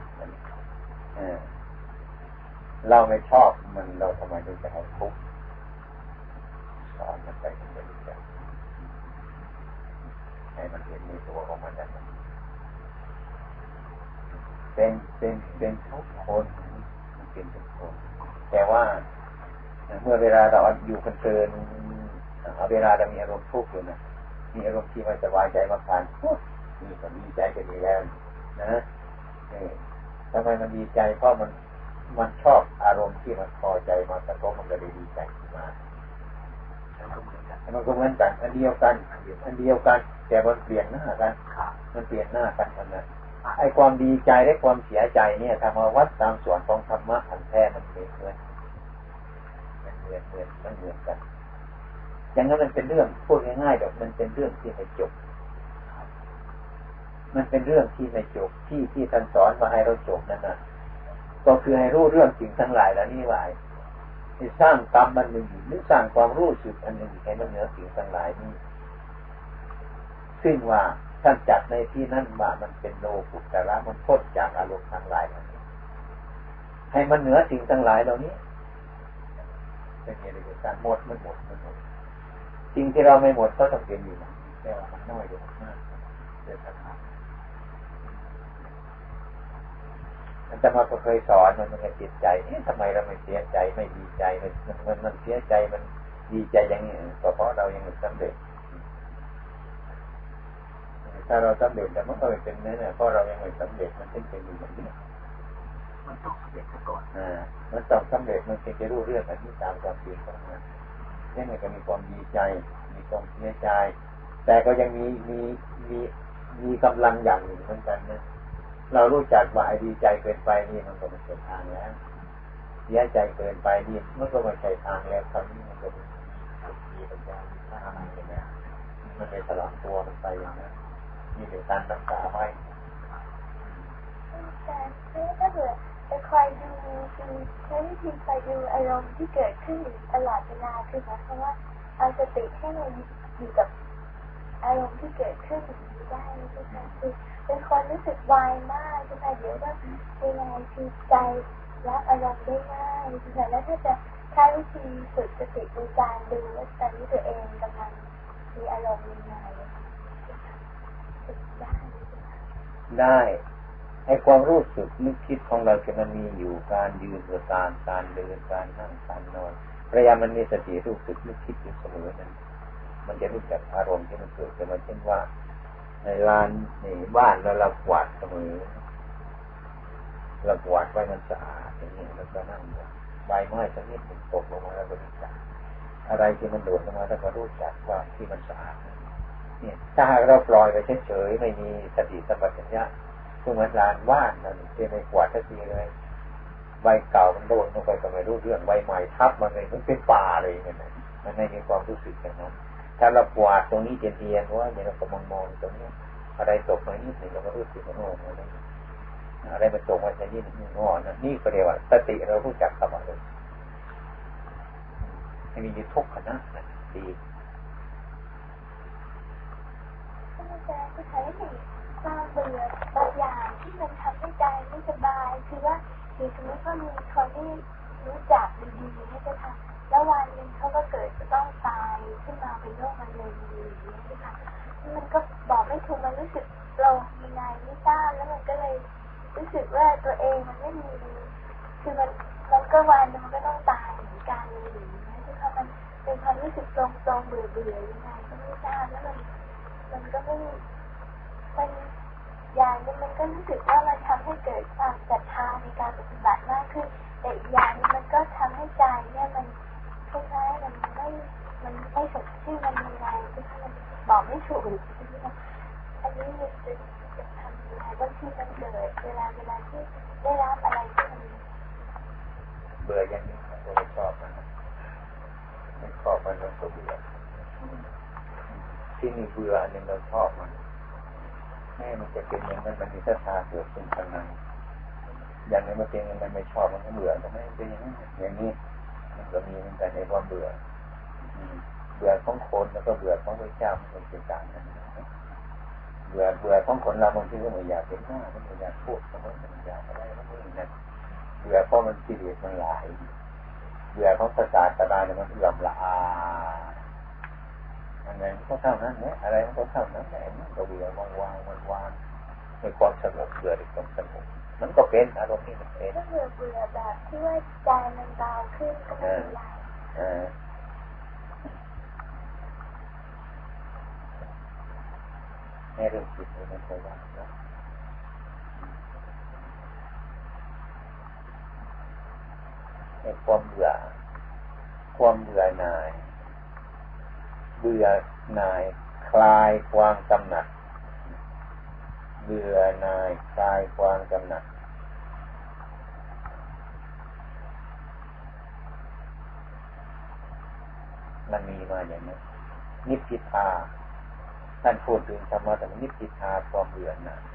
เราไม่ชอบมันเราทำไมถึงจะให้ทุกข์สอนมันไปถึงจะรู้จักให้มันเห็นในตัวของมันได้เป็นทุกคนมันเป็นทุกคนแต่ว่าเมื่อเวลาเราอยู่กันเกินเวลาเรามีอารมณ์ทุกข์อยู่นะมีอารมณ์ที่ไม่สบายใจมาผ่านมีก็มีใจก็ดีแล้วนะทำไมมันดีใจเพราะมันชอบอารมณ์ที่มันพอใจมาแต่ก็มันก็เลยดีใจขึ้นมามันก็เหมือนกันอันเดียวกันแต่มันเปลี่ยนหน้ากันมันเปลี่ยนหน้ากันอันนั้นไอ้ความดีใจและความเสียใจเนี่ยถ้ามาวัดตามส่วนของธรรมะอันแท้มันเหมือนกันอย่างนั้นมันเป็นเรื่องพูดง่ายๆแบบมันเป็นเรื่องที่ไม่จบมันเป็นเรื่องที่ไม่จบที่ท่านสอนมาให้เราจบนั่นน่ะก็คือให้รู้เรื่องสิ่งทั้งหลายแล้วนี่ว่าที่สร้างกรรมมันหนึ่งหรือสร้างความรู้สึกอันหนึ่งให้มันเหนือสิ่งทั้งหลายนี้ซึ่งว่าท่านจัดในที่นั้นว่ามันเป็นโลกุตระมันพ้นจากอารมณ์ทั้งหลายให้มันเหนือสิ่งทั้งหลายเหล่านี้ไม่มีอะไรจะหมดสิ่งที่เราไม่หมดก็ต้องเป็นอยู่แต่ว่ามันน้อยอยู่มากเรื่องธรรมะอาจารย์มาก็เคยสอนมันก็จิตใจทำไมเราไม่เสียใจไม่ดีใจมันเสียใจมันดีใจอย่างนี้ก็เพราะเรายังไม่สำเร็จถ้าเราสำเร็จแต่มันก็ไม่เป็นเนี่ยเพราะเรายังไม่สำเร็จมันจึงเป็นอยู่แบบนี้มันต้องสำเร็จก่อนมันต้องสำเร็จมันจึงจะรู้เรื่องอันนี้ตามความจริงของมันนี่มันก็มีความดีใจมีความเสียใจแต่ก็ยังมีกำลังอย่างหนึ่งเหมือนกันนะเรารู้จักว่าไอ้ดีใจเกินไปนี่มันก็ไม่ใช่ทางแล้วเสียใจเกินไปนี่มันก็ไม่ใช่ทางแล้วคราวนี้มันก็มีปัญญาถ้าอะไรเนี่ยมันไปตลอดตัวมันไปอย่างนั้นนี่เป็นการรักษาไว้แต่ถ้าเกิดจะคอยดูใช้วิธีคอยดูอารมณ์ที่เกิดขึ้นตลอดเวลาคือหมายความว่าเอาสติให้มันอยู่กับอารมณ์ที่เกิดขึ้นได้ใช่ไหมคือเป็นคนรู้สึกวายมากใช่ไหมเดี๋ยวก็เป็นยังไงคือใจรับอารมณ์ได้ง่ายใช่ไหมแล้วถ้าจะใช้วิธีฝึกสติในการดูว่าตอนนี้ตัวเองกำลังมีอารมณ์ยังไงได้ให้ความรู้สึกนึกคิดของเราจะมันมีอยู่การยืนการเดินการนั่งการนอนพยายามมันมีสติรู้สึกนึกคิดอยู่เสมอนั้นมันจะรู้จักอารมณ์ที่มันเกิดขึ้นมาเช่นว่าในลานในบ้านแล้วเรากวาดเสมอเรากวาดไว้มันสะอาดอย่างนี้แล้วก็นั่งใบไม้ชนิดหนึ่งตกลงมาแล้วก็รู้จักอะไรที่มันโดดลงมาแล้วก็รู้จักว่าที่มันสะอาดเนี่ยถ้าเราปล่อยไปเฉยๆไม่มีสติสัมปชัญญะก็เหมือนลานว่านนั่นที่ไม่กวาดทันทีเลยใบเก่ามันโดนลงไปก็ไม่รู้เรื่องใบใหม่ทับมันเลยมันเป็นป่าเลยเนี่ยมันไม่มีความรู้สึกอย่างนั้นถ้าเรากวาดตรงนี้เทียนว่าเนี่ยเราก็มองตรงนี้อะไรตกมานิดหนึ่งเราก็รู้สึกว่าโน่นอะไรมันตกมาชนิดหนึ่งโน่นนี่ก็เรียกว่าสติเรารู้จักคำว่าเลยให้มีทุกข์นะดีอาจารย์จะใช้ความเบื่อบางอย่างที่มันทำให้ใจไม่สบายคือว่าคือสมมติว่ามีคนที่รู้จักดีๆให้จะทำแล้ววันนึงเขาก็เกิดจะต้องตายขึ้นมาเป็นโรคมะเร็งอย่างนี้ใช่ไหมมันก็บอกไม่ถูกมันรู้สึกเรายังไงไม่ทราบแล้วมันก็เลยรู้สึกว่าตัวเองมันไม่มีคือมันก็วันนึงมันก็ต้องตายเหมือนกันอย่างนี้ที่เขามันเป็นความรู้สึกตรงๆเบื่อยังไงก็ไม่ทราบแล้วมันก็ไม่มันอย่างนึงมันก็รู้สึกว่ามันทำให้เกิดความศรัทธาในการปฏิบัติมากขึ้นแต่อีกอย่างนึงมันก็ทำให้ใจเนี่ยมันคล้ายๆมันไม่สดชื่นมันยังไงที่มันบอกไม่ถูกอันนี้มันจะทำยังไงบางทีมันเกิดเวลาที่ได้รับอะไรที่มันเบื่ออย่างนี้มันก็ไม่ชอบมันไม่ชอบมันก็เบื่อที่นี่เบื่ออันนึงเราชอบมันแม่มันจะเป็นอย่างนั้นมันมีศรัทธาเกิดขึ้นข้างในอย่างนี้มันเป็นอย่างนั้นไม่ชอบมันก็เบื่อทำไมเป็นอย่างนั้นอย่างนี้มันก็มีเหมือนกันในความเบื่อเบื่อของคนแล้วก็เบื่อของพระเจ้ามันเป็นต่างกันเบื่อของคนเราบางทีก็ไม่อยากเห็นหน้ามันไม่อยากพูดมันไม่อยากอะไรมันไม่นั่นเบื่อเพราะมันกิเลสมันหลายเบื่อของภาษาตะลายมันเอื่อมละอาอะไรมันก็เท่านั้นเนี่ยอะไรมันก็เท่านั้นแหละมันก็เบื่อวางในความสงบเบื่อในความสงบมันก็เป็นอารมณ์ที่มันเป็นก็เบื่อแบบที่ว่าใจมันเบาขึ้นก็ไม่เป็นไรในเรื่องจิตมันก็ว่านะในความเบื่อหน่ายเบื่อหน่ายคลายความกำหนัดเบื่อหน่ายคลายความกำหนัดมันมีมาอย่างนี้นิพพิทาท่านพูดถึงธรรมะแต่นิพพิทาความเบื่อหน่าย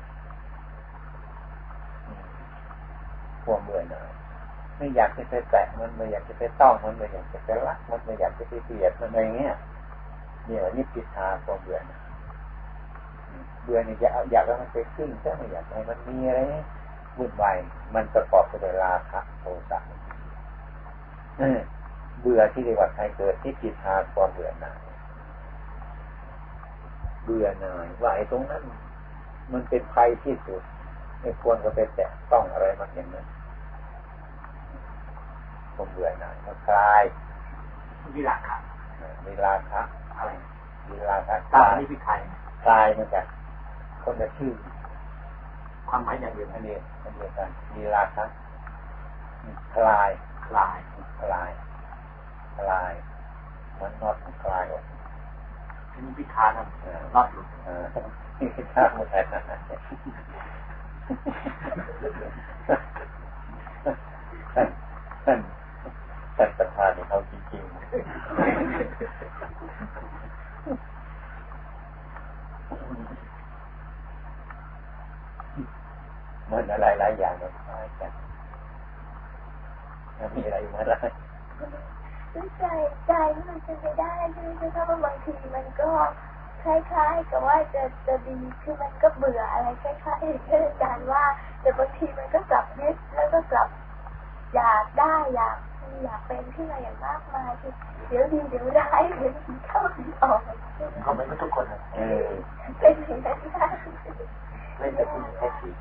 ความเบื่อหน่ายไม่อยากจะไปแตะมันไม่อยากจะไปต้องมันไม่อยากจะไปรักมันไม่อยากจะไปเกลียดมันอะไรเงี้ยเนี่ยนิพพิทาความเบื่อหน่ายเบื่อเนี่ยอยากให้มันไปขึ้นแต่ไม่อยากให้มันมีอะไรวุ่นวายมันประกอบไปด้วยราคะโทสะเบื่อที่เรียกว่าใครเกิดนิพพิทาความเบื่อหน่ายเบื่อหน่ายว่าไอ้ตรงนั้นมันเป็นภัยที่สุดไม่ควรจะไปแตะต้องอะไรมันอย่างนั้นความเบื่อหน่ายมันคลายวิราคะวิราคะอะไรวิราคะตานี่พี่ไทยคลายมันจากคนละชื่อความหมายอย่างเดียวอันเดียวกันวิราคะคลายมันนอดคลายออกนี่พิธานั่นรอดหลุดนี่พิธาหมดแล้วท่านประธานนี่เขาจริงๆมันอะไรหลายอย่างมันคล้ายกันมีอะไรมาได้ใจมันจะไปได้ใช่ไหมเพราะว่าบางทีมันก็คล้ายๆกับว่าจะดีคือมันก็เบื่ออะไรคล้ายๆอย่างที่อาจารย์ว่าแต่บางทีมันก็กลับยึดแล้วก็กลับอยากได้อยากเป็นขึ้นมาอย่างมากมายคือเดี๋ยวดีเดี๋ยวร้ายเดี๋ยวดีเข้าดีออกเขาไม่ทุกคนเป็นอย่างนั้นได้ไม่แต่คุณแค่ที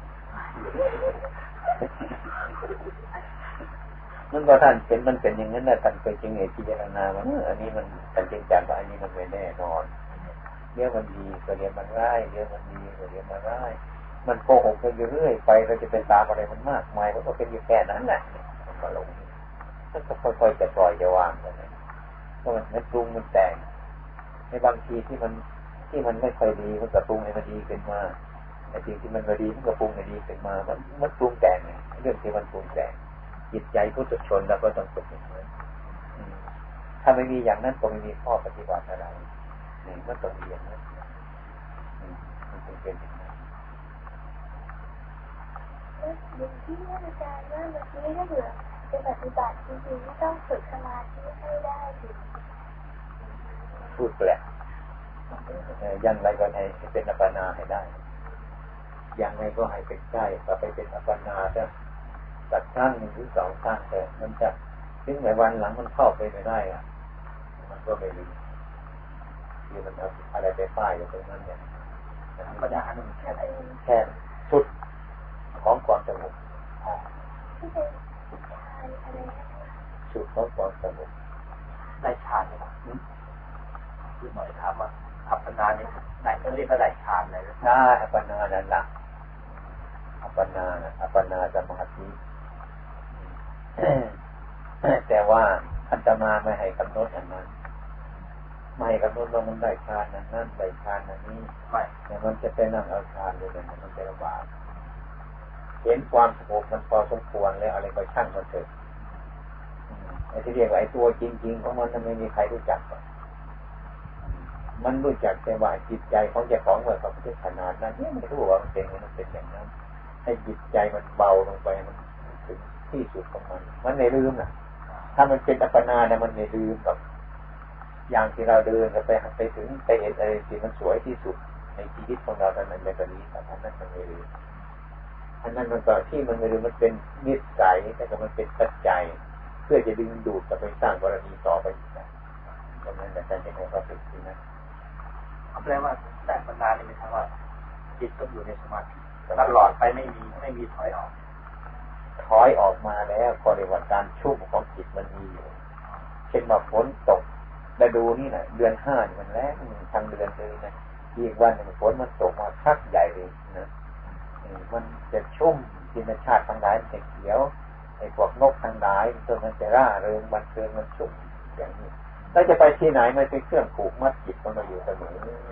นั่นก็ท่านเป็นมันเป็นอย่างนั้นนะท่านเคยจริงพิจารณาว่าอันนี้มันท่านจริงจังว่าอันนี้มันไม่แน่นอนเดี๋ยวมันดีก็เดี๋ยวมันร้ายเดี๋ยวมันดีก็เดี๋ยวมันร้ายมันโกหกกันอยู่เรื่อยไปเราจะไปตามอะไรมันมากมายมันก็เป็นอยู่แค่นั้นแหละมันก็ลงมันก็ค่อยๆจะปล่อยจะวางกันเลยเพราะมันปรุงมันแต่งในบางทีที่มันไม่ค่อยดีมันก็ปรุงให้มันดีขึ้นมาในสิ่งที่มันไม่ดีมันก็ปรุงให้ดีขึ้นมามันปรุงแต่งเรื่องที่มันปรุงแต่งจิตใจพุทธชนแล้วก็ต้องฝึกอย่างนั้นถ้าไม่มีอย่างนั้นก็ไม่มีข้อปฏิบัติอะไรมันต้องมีอย่างนั้นมันจึงเป็นอย่างนั้นอย่างที่อาจารย์ว่าเมื่อกี้ถ้าเผื่อจะปฏิบัติจริงๆไม่ต้องฝึกสมาธิให้ได้ถึงพูดแปลกยังไงก็ให้เป็นอัปปนาให้ได้ยังไงก็ให้เป็นใกล้ก็ไปเป็นอัปปนาซะสักครั้งหนึ่งหรือสองครั้งแต่มันจะถึงในวันหลังมันเข้าไปไม่ได้อะมันก็ไม่ดีที่มันเอาอะไรไปป้ายอยู่ตรงนั้นเนี่ยปัญญาหนึ่งแค่ชุดของความสงบชุดของความสงบได้ฌานไหมครับคือหน่อยถามว่าอัปปนาเนี่ยได้ก็เรียกว่าได้ฌานเลยใช่อัปปนานั่นแหละอัปปนาสมาธิแต่ว่าอาตมาไม่ให้กำหนดอย่างนั้นไม่ให้กำหนดว่ามันได้ฌานนั้นได้ฌานนี้ไม่แต่มันจะไปนั่งเอาฌานเลยมันจะลำบากเห็นความสงบมันพอสมควรแล้วอะไรก็ช่างมันเถอะไอ้ที่เรียกว่าไอ้ตัวจริงๆของมันไม่มีใครรู้จักมันรู้จักแต่ว่าจิตใจของเจ้าของว่าเขาเป็นขนาดนั้นเนี่ยไม่รู้ว่ามันเป็นอย่างนั้นให้จิตใจมันเบาลงไปมันถึงที่สุดของมันไม่ลืมนะถ้ามันเป็นอัปปนาเนี่ยมันไม่ลืมแบบอย่างที่เราเดินไปถึงไปเห็นอะไรที่มันสวยที่สุดในชีวิตของเราตอนนั้นในตอนนี้อันนั้นมันไม่ลืมอันนั้นมันก็ที่มันไม่ลืมมันเป็นนิสัยแต่ก็มันเป็นปัจจัยเพื่อจะดึงดูดจะไปสร้างบารมีต่อไปอีกนะตรงนั้นแต่การจะให้เราฝึกที่นั้นแปลว่าแต่ปัญญานี่ไม่ใช่ว่าจิตต้องอยู่ในสมาธิตลอดไปไม่มีถอยออกมาแล้วพอในวันการชุ่มของจิตมันมีอยู่เช่นว่าฝนตกฤดูนี่นะเดือน5มันแล้งทั้งเดือนเลยนะอีกวันหนึ่งฝนมันตกมาพักใหญ่เลยนะมันจะชุ่มธรรมชาติทั้งหลายจะเขียวไอ้พวกนกทั้งหลายมันจะร่าเริงบันเทิงมันชุ่มอย่างนี้เราจะไปที่ไหนมันเป็นเครื่องผูกมัดจิตของเราอยู่เสมอ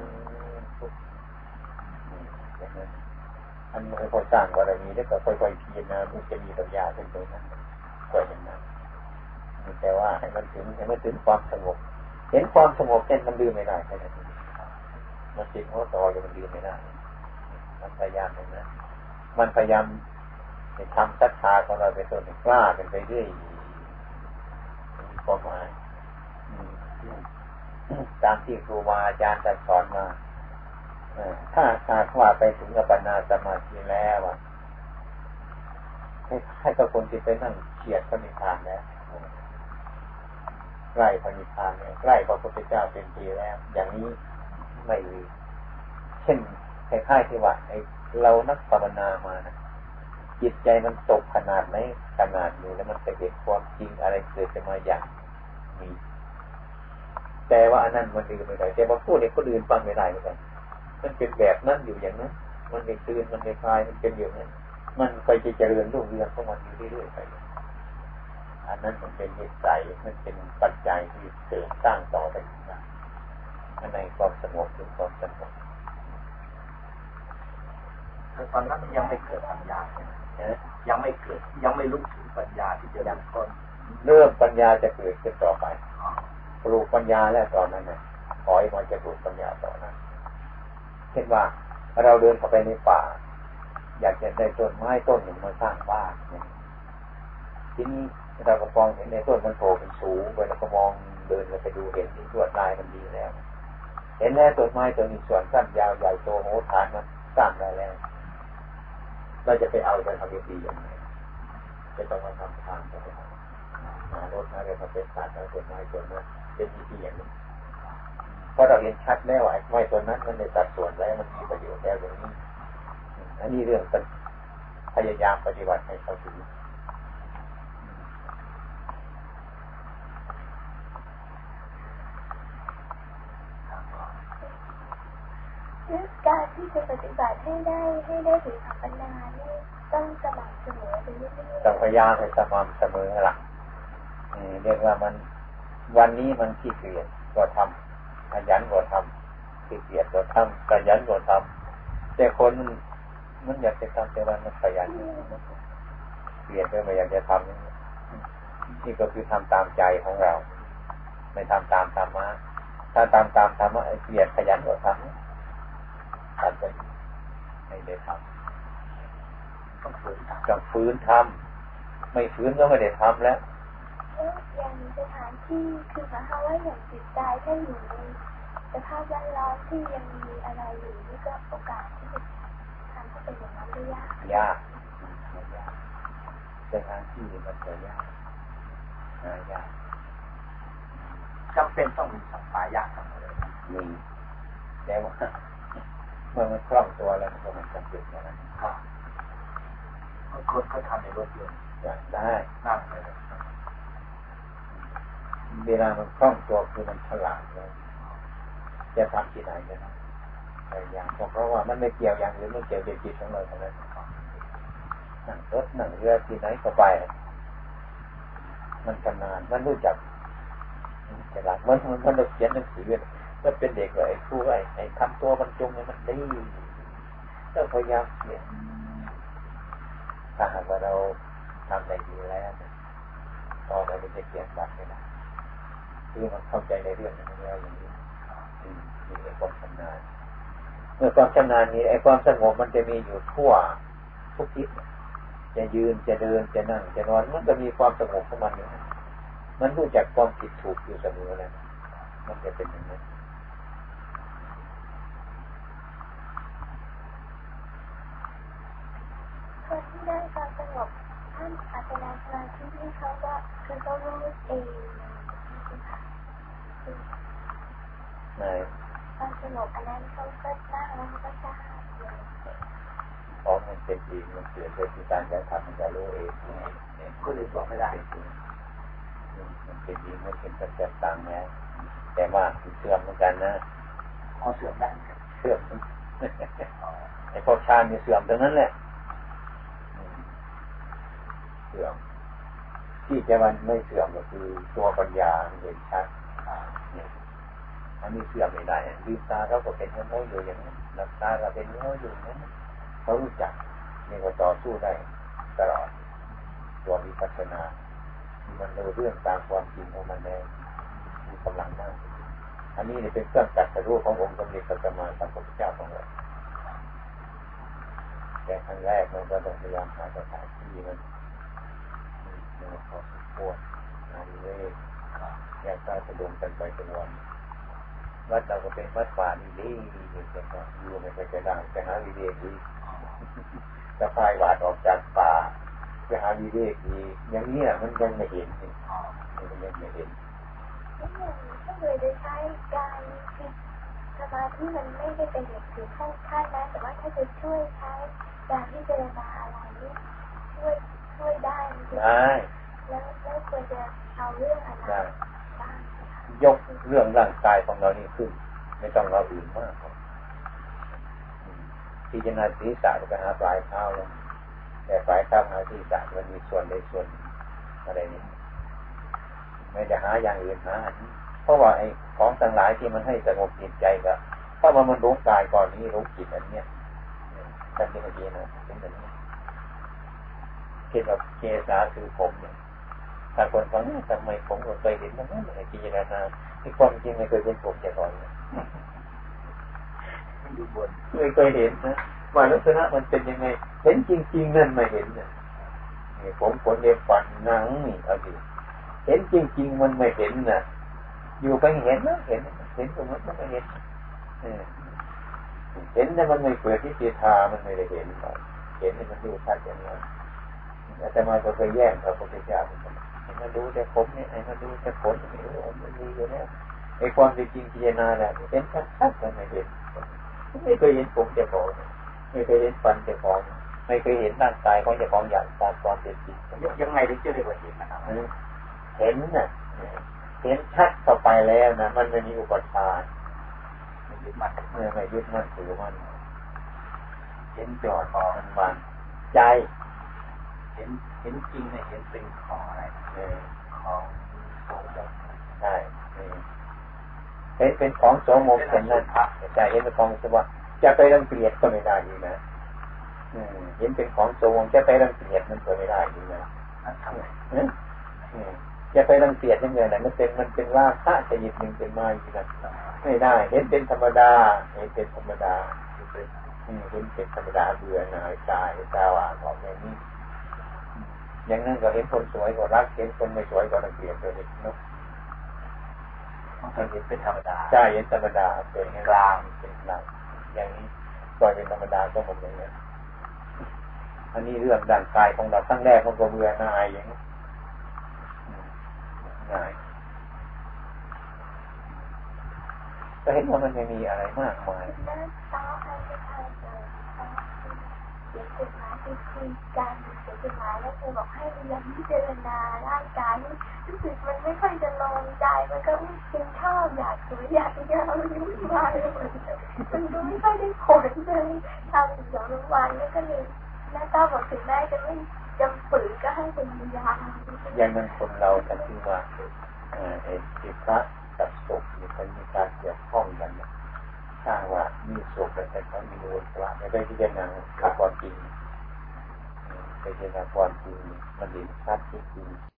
อันนี้พอสร้างบารมีแล้วก็ค่อยๆเพียรนะมันจะมีปัญญาขึ้นตรงนั้นก็อย่างนั้นแต่ว่าให้มันถึงความสงบเห็นความสงบเช่นมันลืมไม่ได้แค่นั้นมันติดหัวต่อเลยมันลืมไม่ได้มันพยายามอย่างนั้นมันพยายามทำศรัทธาของเราไปส่วนหนึ่งกล้าเป็นไปเรื่อยมีความหมายตามที่ครูบาอาจารย์ท่านสอนมาถ้าหากว่าไปถึงอัปปนาสมาธิแล้วให้กับคนที่ไปนั่งเฉียดพระนิพพานแล้วใกล้พระนิพพานแล้วใกล้พระพุทธเจ้าเป็นทีแล้วอย่างนี้ไม่มีเช่นคล้ายๆที่ว่าเรานักภาวนามานะจิตใจมันตกขนาดไหนขนาดนี้แล้วมันจะเห็นความจริงอะไรเกิดขึ้นมาอย่างมีแต่ว่าอันนั้นมันลืมไม่ได้แต่ว่าพูดให้คนอื่นฟังไม่ได้เหมือนกันมันเป็นแบบนั้นอยู่อย่างนั้นมันไม่ตื่นมันไม่คลายมันเป็นอย่างนั้นมันไปจะเจริญรุ่งเรืองของมันอยู่เรื่อยๆไปอันนั้นมันเป็นนิสัยมันเป็นปัจจัยที่เสริมสร้างต่อไปอีกนะในความสงบหรือความสงบตอนนั้นยังไม่เกิดปัญญายังไม่เกิดยังไม่รู้ถึงปัญญาที่จะดับก้นเริ่มปัญญาจะเกิดขึ้นต่อไปปลูกปัญญาแล้วตอนนั้นนะขอให้มันจะปลูกปัญญาต่อนั้นเช่นว่าเราเดินเข้าไปในป่าอยากจะได้ต้นไม้ต้นหนึ่งมาสร้างบ้านทีนี้เราก็มองเห็นในต้นมันโผล่เป็นสูงไปเราก็มองเดินไปดูเห็นที่ลวดลายมันดีแล้วเห็นแล้วต้นไม้ตัวนี้ส่วนสั้นยาวใหญ่โตโหฐานมันสร้างได้แล้วเราจะไปเอาจะทำดีอย่างไรจะต้องมาทำทางจะไปหารถอะไรมาเป็นสารเอาต้นไม้ต้นนั้นเป็นดีอย่างนี้เพราะเราเห็นชัดแล้วไอ้ไม้ต้นนั้นมันในสัดส่วนแล้วมันมีประโยชน์แล้วอย่างนี้อันนี้เรื่องพยายามปฏิบัติให้เขาถึงการที่จะปฏิบัติให้ได้ถึงอัปปนานี่ต้องสม่ำเสมอไปเรื่อยๆต้องพยายามให้สม่ำเสมอล่ะเรียกว่ามันวันนี้มันขี้เกียจก็ทำขยันก็ทำขี้เกียจก็ทำขยันก็ทำแต่คนมันอยากจะทำแต่วันมันขยันเกลียดก็ไม่อยากจะทำนี่ก็คือทำตามใจของเราไม่ทำตามธรรมะถ้าตามธรรมะเกลียดขยันก็ทำไปไม่ได้ทำต้องฝืนทำไม่ฝืนก็ไม่ได้ทำแล้วอย่างสถานที่คือหมายความว่าอย่างจิตใจถ้าอยู่ในสภาพแวดล้อมที่ยังมีอะไรอยู่นี่ก็โอกาสที่จะทำให้เป็นอย่างนั้นได้ยากสถานที่มันจะยากจำเป็นต้องมีสัมปายะทั้งหมดเลยมีแต่ว่าเมื่อมันคล่องตัวแล้วมันก็มันจำเป็นอย่างนั้นบางคนก็ทำในรถยนต์ได้นั่งเลยเวลามันคล่องตัวคือมันฉลาดเลยจะทำที่ไหนก็ได้แต่อย่างเพราะว่ามันไม่เกี่ยวอย่างอื่นมันเกี่ยวกับจิตของเราเท่านั้นนั่งรถนั่งเรือที่ไหนก็ไปมันชำนาญมันรู้จักฉลาดมันเขียนหนังสือก็เป็นเด็กเลยครูไอ้ทำตัวบรรจงเนี่ยมันดีก็พยายามเขียนถ้าหากว่าเราทำได้ดีแล้วตอนเราจะเขียนบัตรไม่ได้คือมันเข้าใจในเรื่องนั้นแล้วอย่างนี้มีความชำนาญเมื่อความชำนาญนี้ไอ้ความสงบมันจะมีอยู่ทั่วทุกทิศจะยืนจะเดินจะนั่งจะนอนมันก็มีความสงบของมันอยู่มันรู้จักความผิดถูกอยู่เสมอแล้วมันจะเป็นอย่างนั้นคนที่ได้ความสงบท่านอาจจะนั่งสมาธิที่เขาก็คือเขารู้เองนะคะความสงบอันนั้นเขาก็นั่งแล้วเขาก็ทราบเลยเพราะมันเป็นจริงมันเกิดโดยการกระทำมันจะรู้เองก็เลยบอกไม่ได้มันเป็นจริงมันเป็นสัจจะต่างนะแต่ว่าเสื่อมเหมือนกันนะเสื่อมได้เสื่อมไอ้พวกฌานนี่เสื่อมตรงนั้นแหละเสื่อมที่จะมันไม่เสื่อมก็คือตัวปัญญาเห็นชัดอันนี้เสื่อมไม่ได้ลืมตาเขาก็เป็นเงาอยู่อย่างนั้นหลับตาก็เป็นเงาอยู่อย่างนั้นเขารู้จักนี่ก็ต่อสู้ได้ตลอดตัววิปัสสนามันรู้เรื่องตามความจริงของมันแล้วมีกำลังมากอันนี้เป็นเครื่องตัดสู้ขององค์สมเด็จพระสัมมาสัมพุทธเจ้าของเราแต่ครั้งแรกมันก็ต้องพยายามหาสถานที่มันพอสมควรนาฬิเวศแยกได้สะดวกกันไปทุกวันวัดเราก็เป็นวัดป่านี่ดีอยู่แต่ก็อยู่ไม่ค่อยจะดังแต่หาวิเวกดีจะพายบาดออกจากป่าจะหาวิเวกดีอย่างนี้มันยังไม่เห็นมันยังไม่เห็นก็เลยได้ใช้การคิดสมาธิมันไม่ได้เป็นอย่างถึงขั้นนะแต่ว่าถ้าจะช่วยใช้การพิจารณาอะไรนี่ช่วยได้แล้วควรจะเอาเรื่องอะไรบ้างยกเรื่องร่างกายของเรานี่ขึ้นไม่ต้องเราอื่นมากพิจารณาศีรษะก็หาปลายเท้าแล้วแต่ปลายเท้าหาศีรษะมันมีส่วนใดส่วนอะไรนี้ไม่ได้หาอย่างอื่นหาอันนี้เพราะว่าไอ้ของต่างหลายที่มันให้สงบจิตใจก็เพราะว่ามันรู้กายก่อนนี้รู้จิตอันเนี้ยท่านที่เมื่อกี้นะเป็นแบบนี้คิดว่าเกศาคือผมเนี่ยถ้าคนฟังทำไมผมก็เคยเห็นมันไม่พิจารณาที่ความจริงไม่เคยเป็นผมแต่ก่อนอยู่บนไม่เคยเห็นนะว่าลักษณะมันเป็นยังไงเห็นจริงๆนั่นไม่เห็นเนี่ยผมขนเล็บฟันหนังนี่เอาดิเห็นจริงๆมันไม่เห็นน่ะอยู่ไปเห็นนะเห็นตรงนั้นมันไม่เห็นเห็นแต่มันไม่เกิดที่จิตามันไม่ได้เห็นเห็นมันดูชัดอย่างนั้นแต่มาก็เคยแย่งเขาพระพุทธเจ้าเห็นมาดูแต่ผมเนี่ยไอ้มาดูแต่ผลไม่รู้มันมีอยู่แล้วไอ้ความจริงพิจารณาแล้วเห็นชัดๆมันไม่เห็นไม่เคยเห็นผมเจ้าของไม่เคยเห็นฟันเจ้าของไม่เคยเห็นร่างกายของเจ้าของอย่างตามความเป็นจริงยังไงถึงจะเรียกว่าเห็นนะครับเห็นน่ะเห็นชัดเข้าไปแล้วนะมันไม่มีอุปทานไม่ยึดมั่นถือมันเห็นจอดพอมันใจเห็นจริงเนี่ยเห็นเป็นของอะไรของโสมมใช่เห็นเป็นของโสมมเป็นนั่นใจเห็นเป็นของสวะจะไปรังเกียจก็ไม่ได้ดีนะเห็นเป็นของโสมมจะไปรังเกียจมันก็ไม่ได้ดีนะจะไปรังเกียจยังไงนะมันเป็นราคะจะหยิบหนึ่งเป็นมาอีกนะไม่ได้เห็นเป็นธรรมดาเห็นเป็นธรรมดาเห็นเป็นธรรมดาเบื่อหน่ายกายตาหวานของอย่างนี้อย่างนั้นก็เห็นคนสวยก็รักเห็นคนไม่สวยก็รังเกียจเลยเนาะเห็นเป็นธรรมดาใช่เห็นธรรมดาเป็นกลางเป็นกลางอย่างนี้ปล่อยเป็นธรรมดาก็หมดอย่างนี้อันนี้เรื่องร่างกายของเราตั้งแรกมันก็เบื่อหน่ายอย่างนี้ง่ายก็เห็นว่ามันยังมีอะไรมากมายจดหมายไปคุยกันจดหมายแล้วเธอบอกให้เราพิจารณาร่างกายรู้สึกมันไม่ค่อยจะลงใจมันก็เป็นชอบอยากสวยอยากเยอะมันยุ่งมากเลยมันดูไม่ค่อยได้ผลเลยทำอีก2 วันแล้วก็เลยแม่ต้าบอกถึงแม่จะไม่จำฝืนก็ให้เป็นยาอย่างนั้นคนเราจะคิดว่าจิตพระกับสุขมันมีการเกี่ยวข้องกันถ้าว่ามีสุขแต่เขามีโลภะไม่ได้พิจารณาความจริงไปพิจารณาความจริงมันเห็นชัดจริง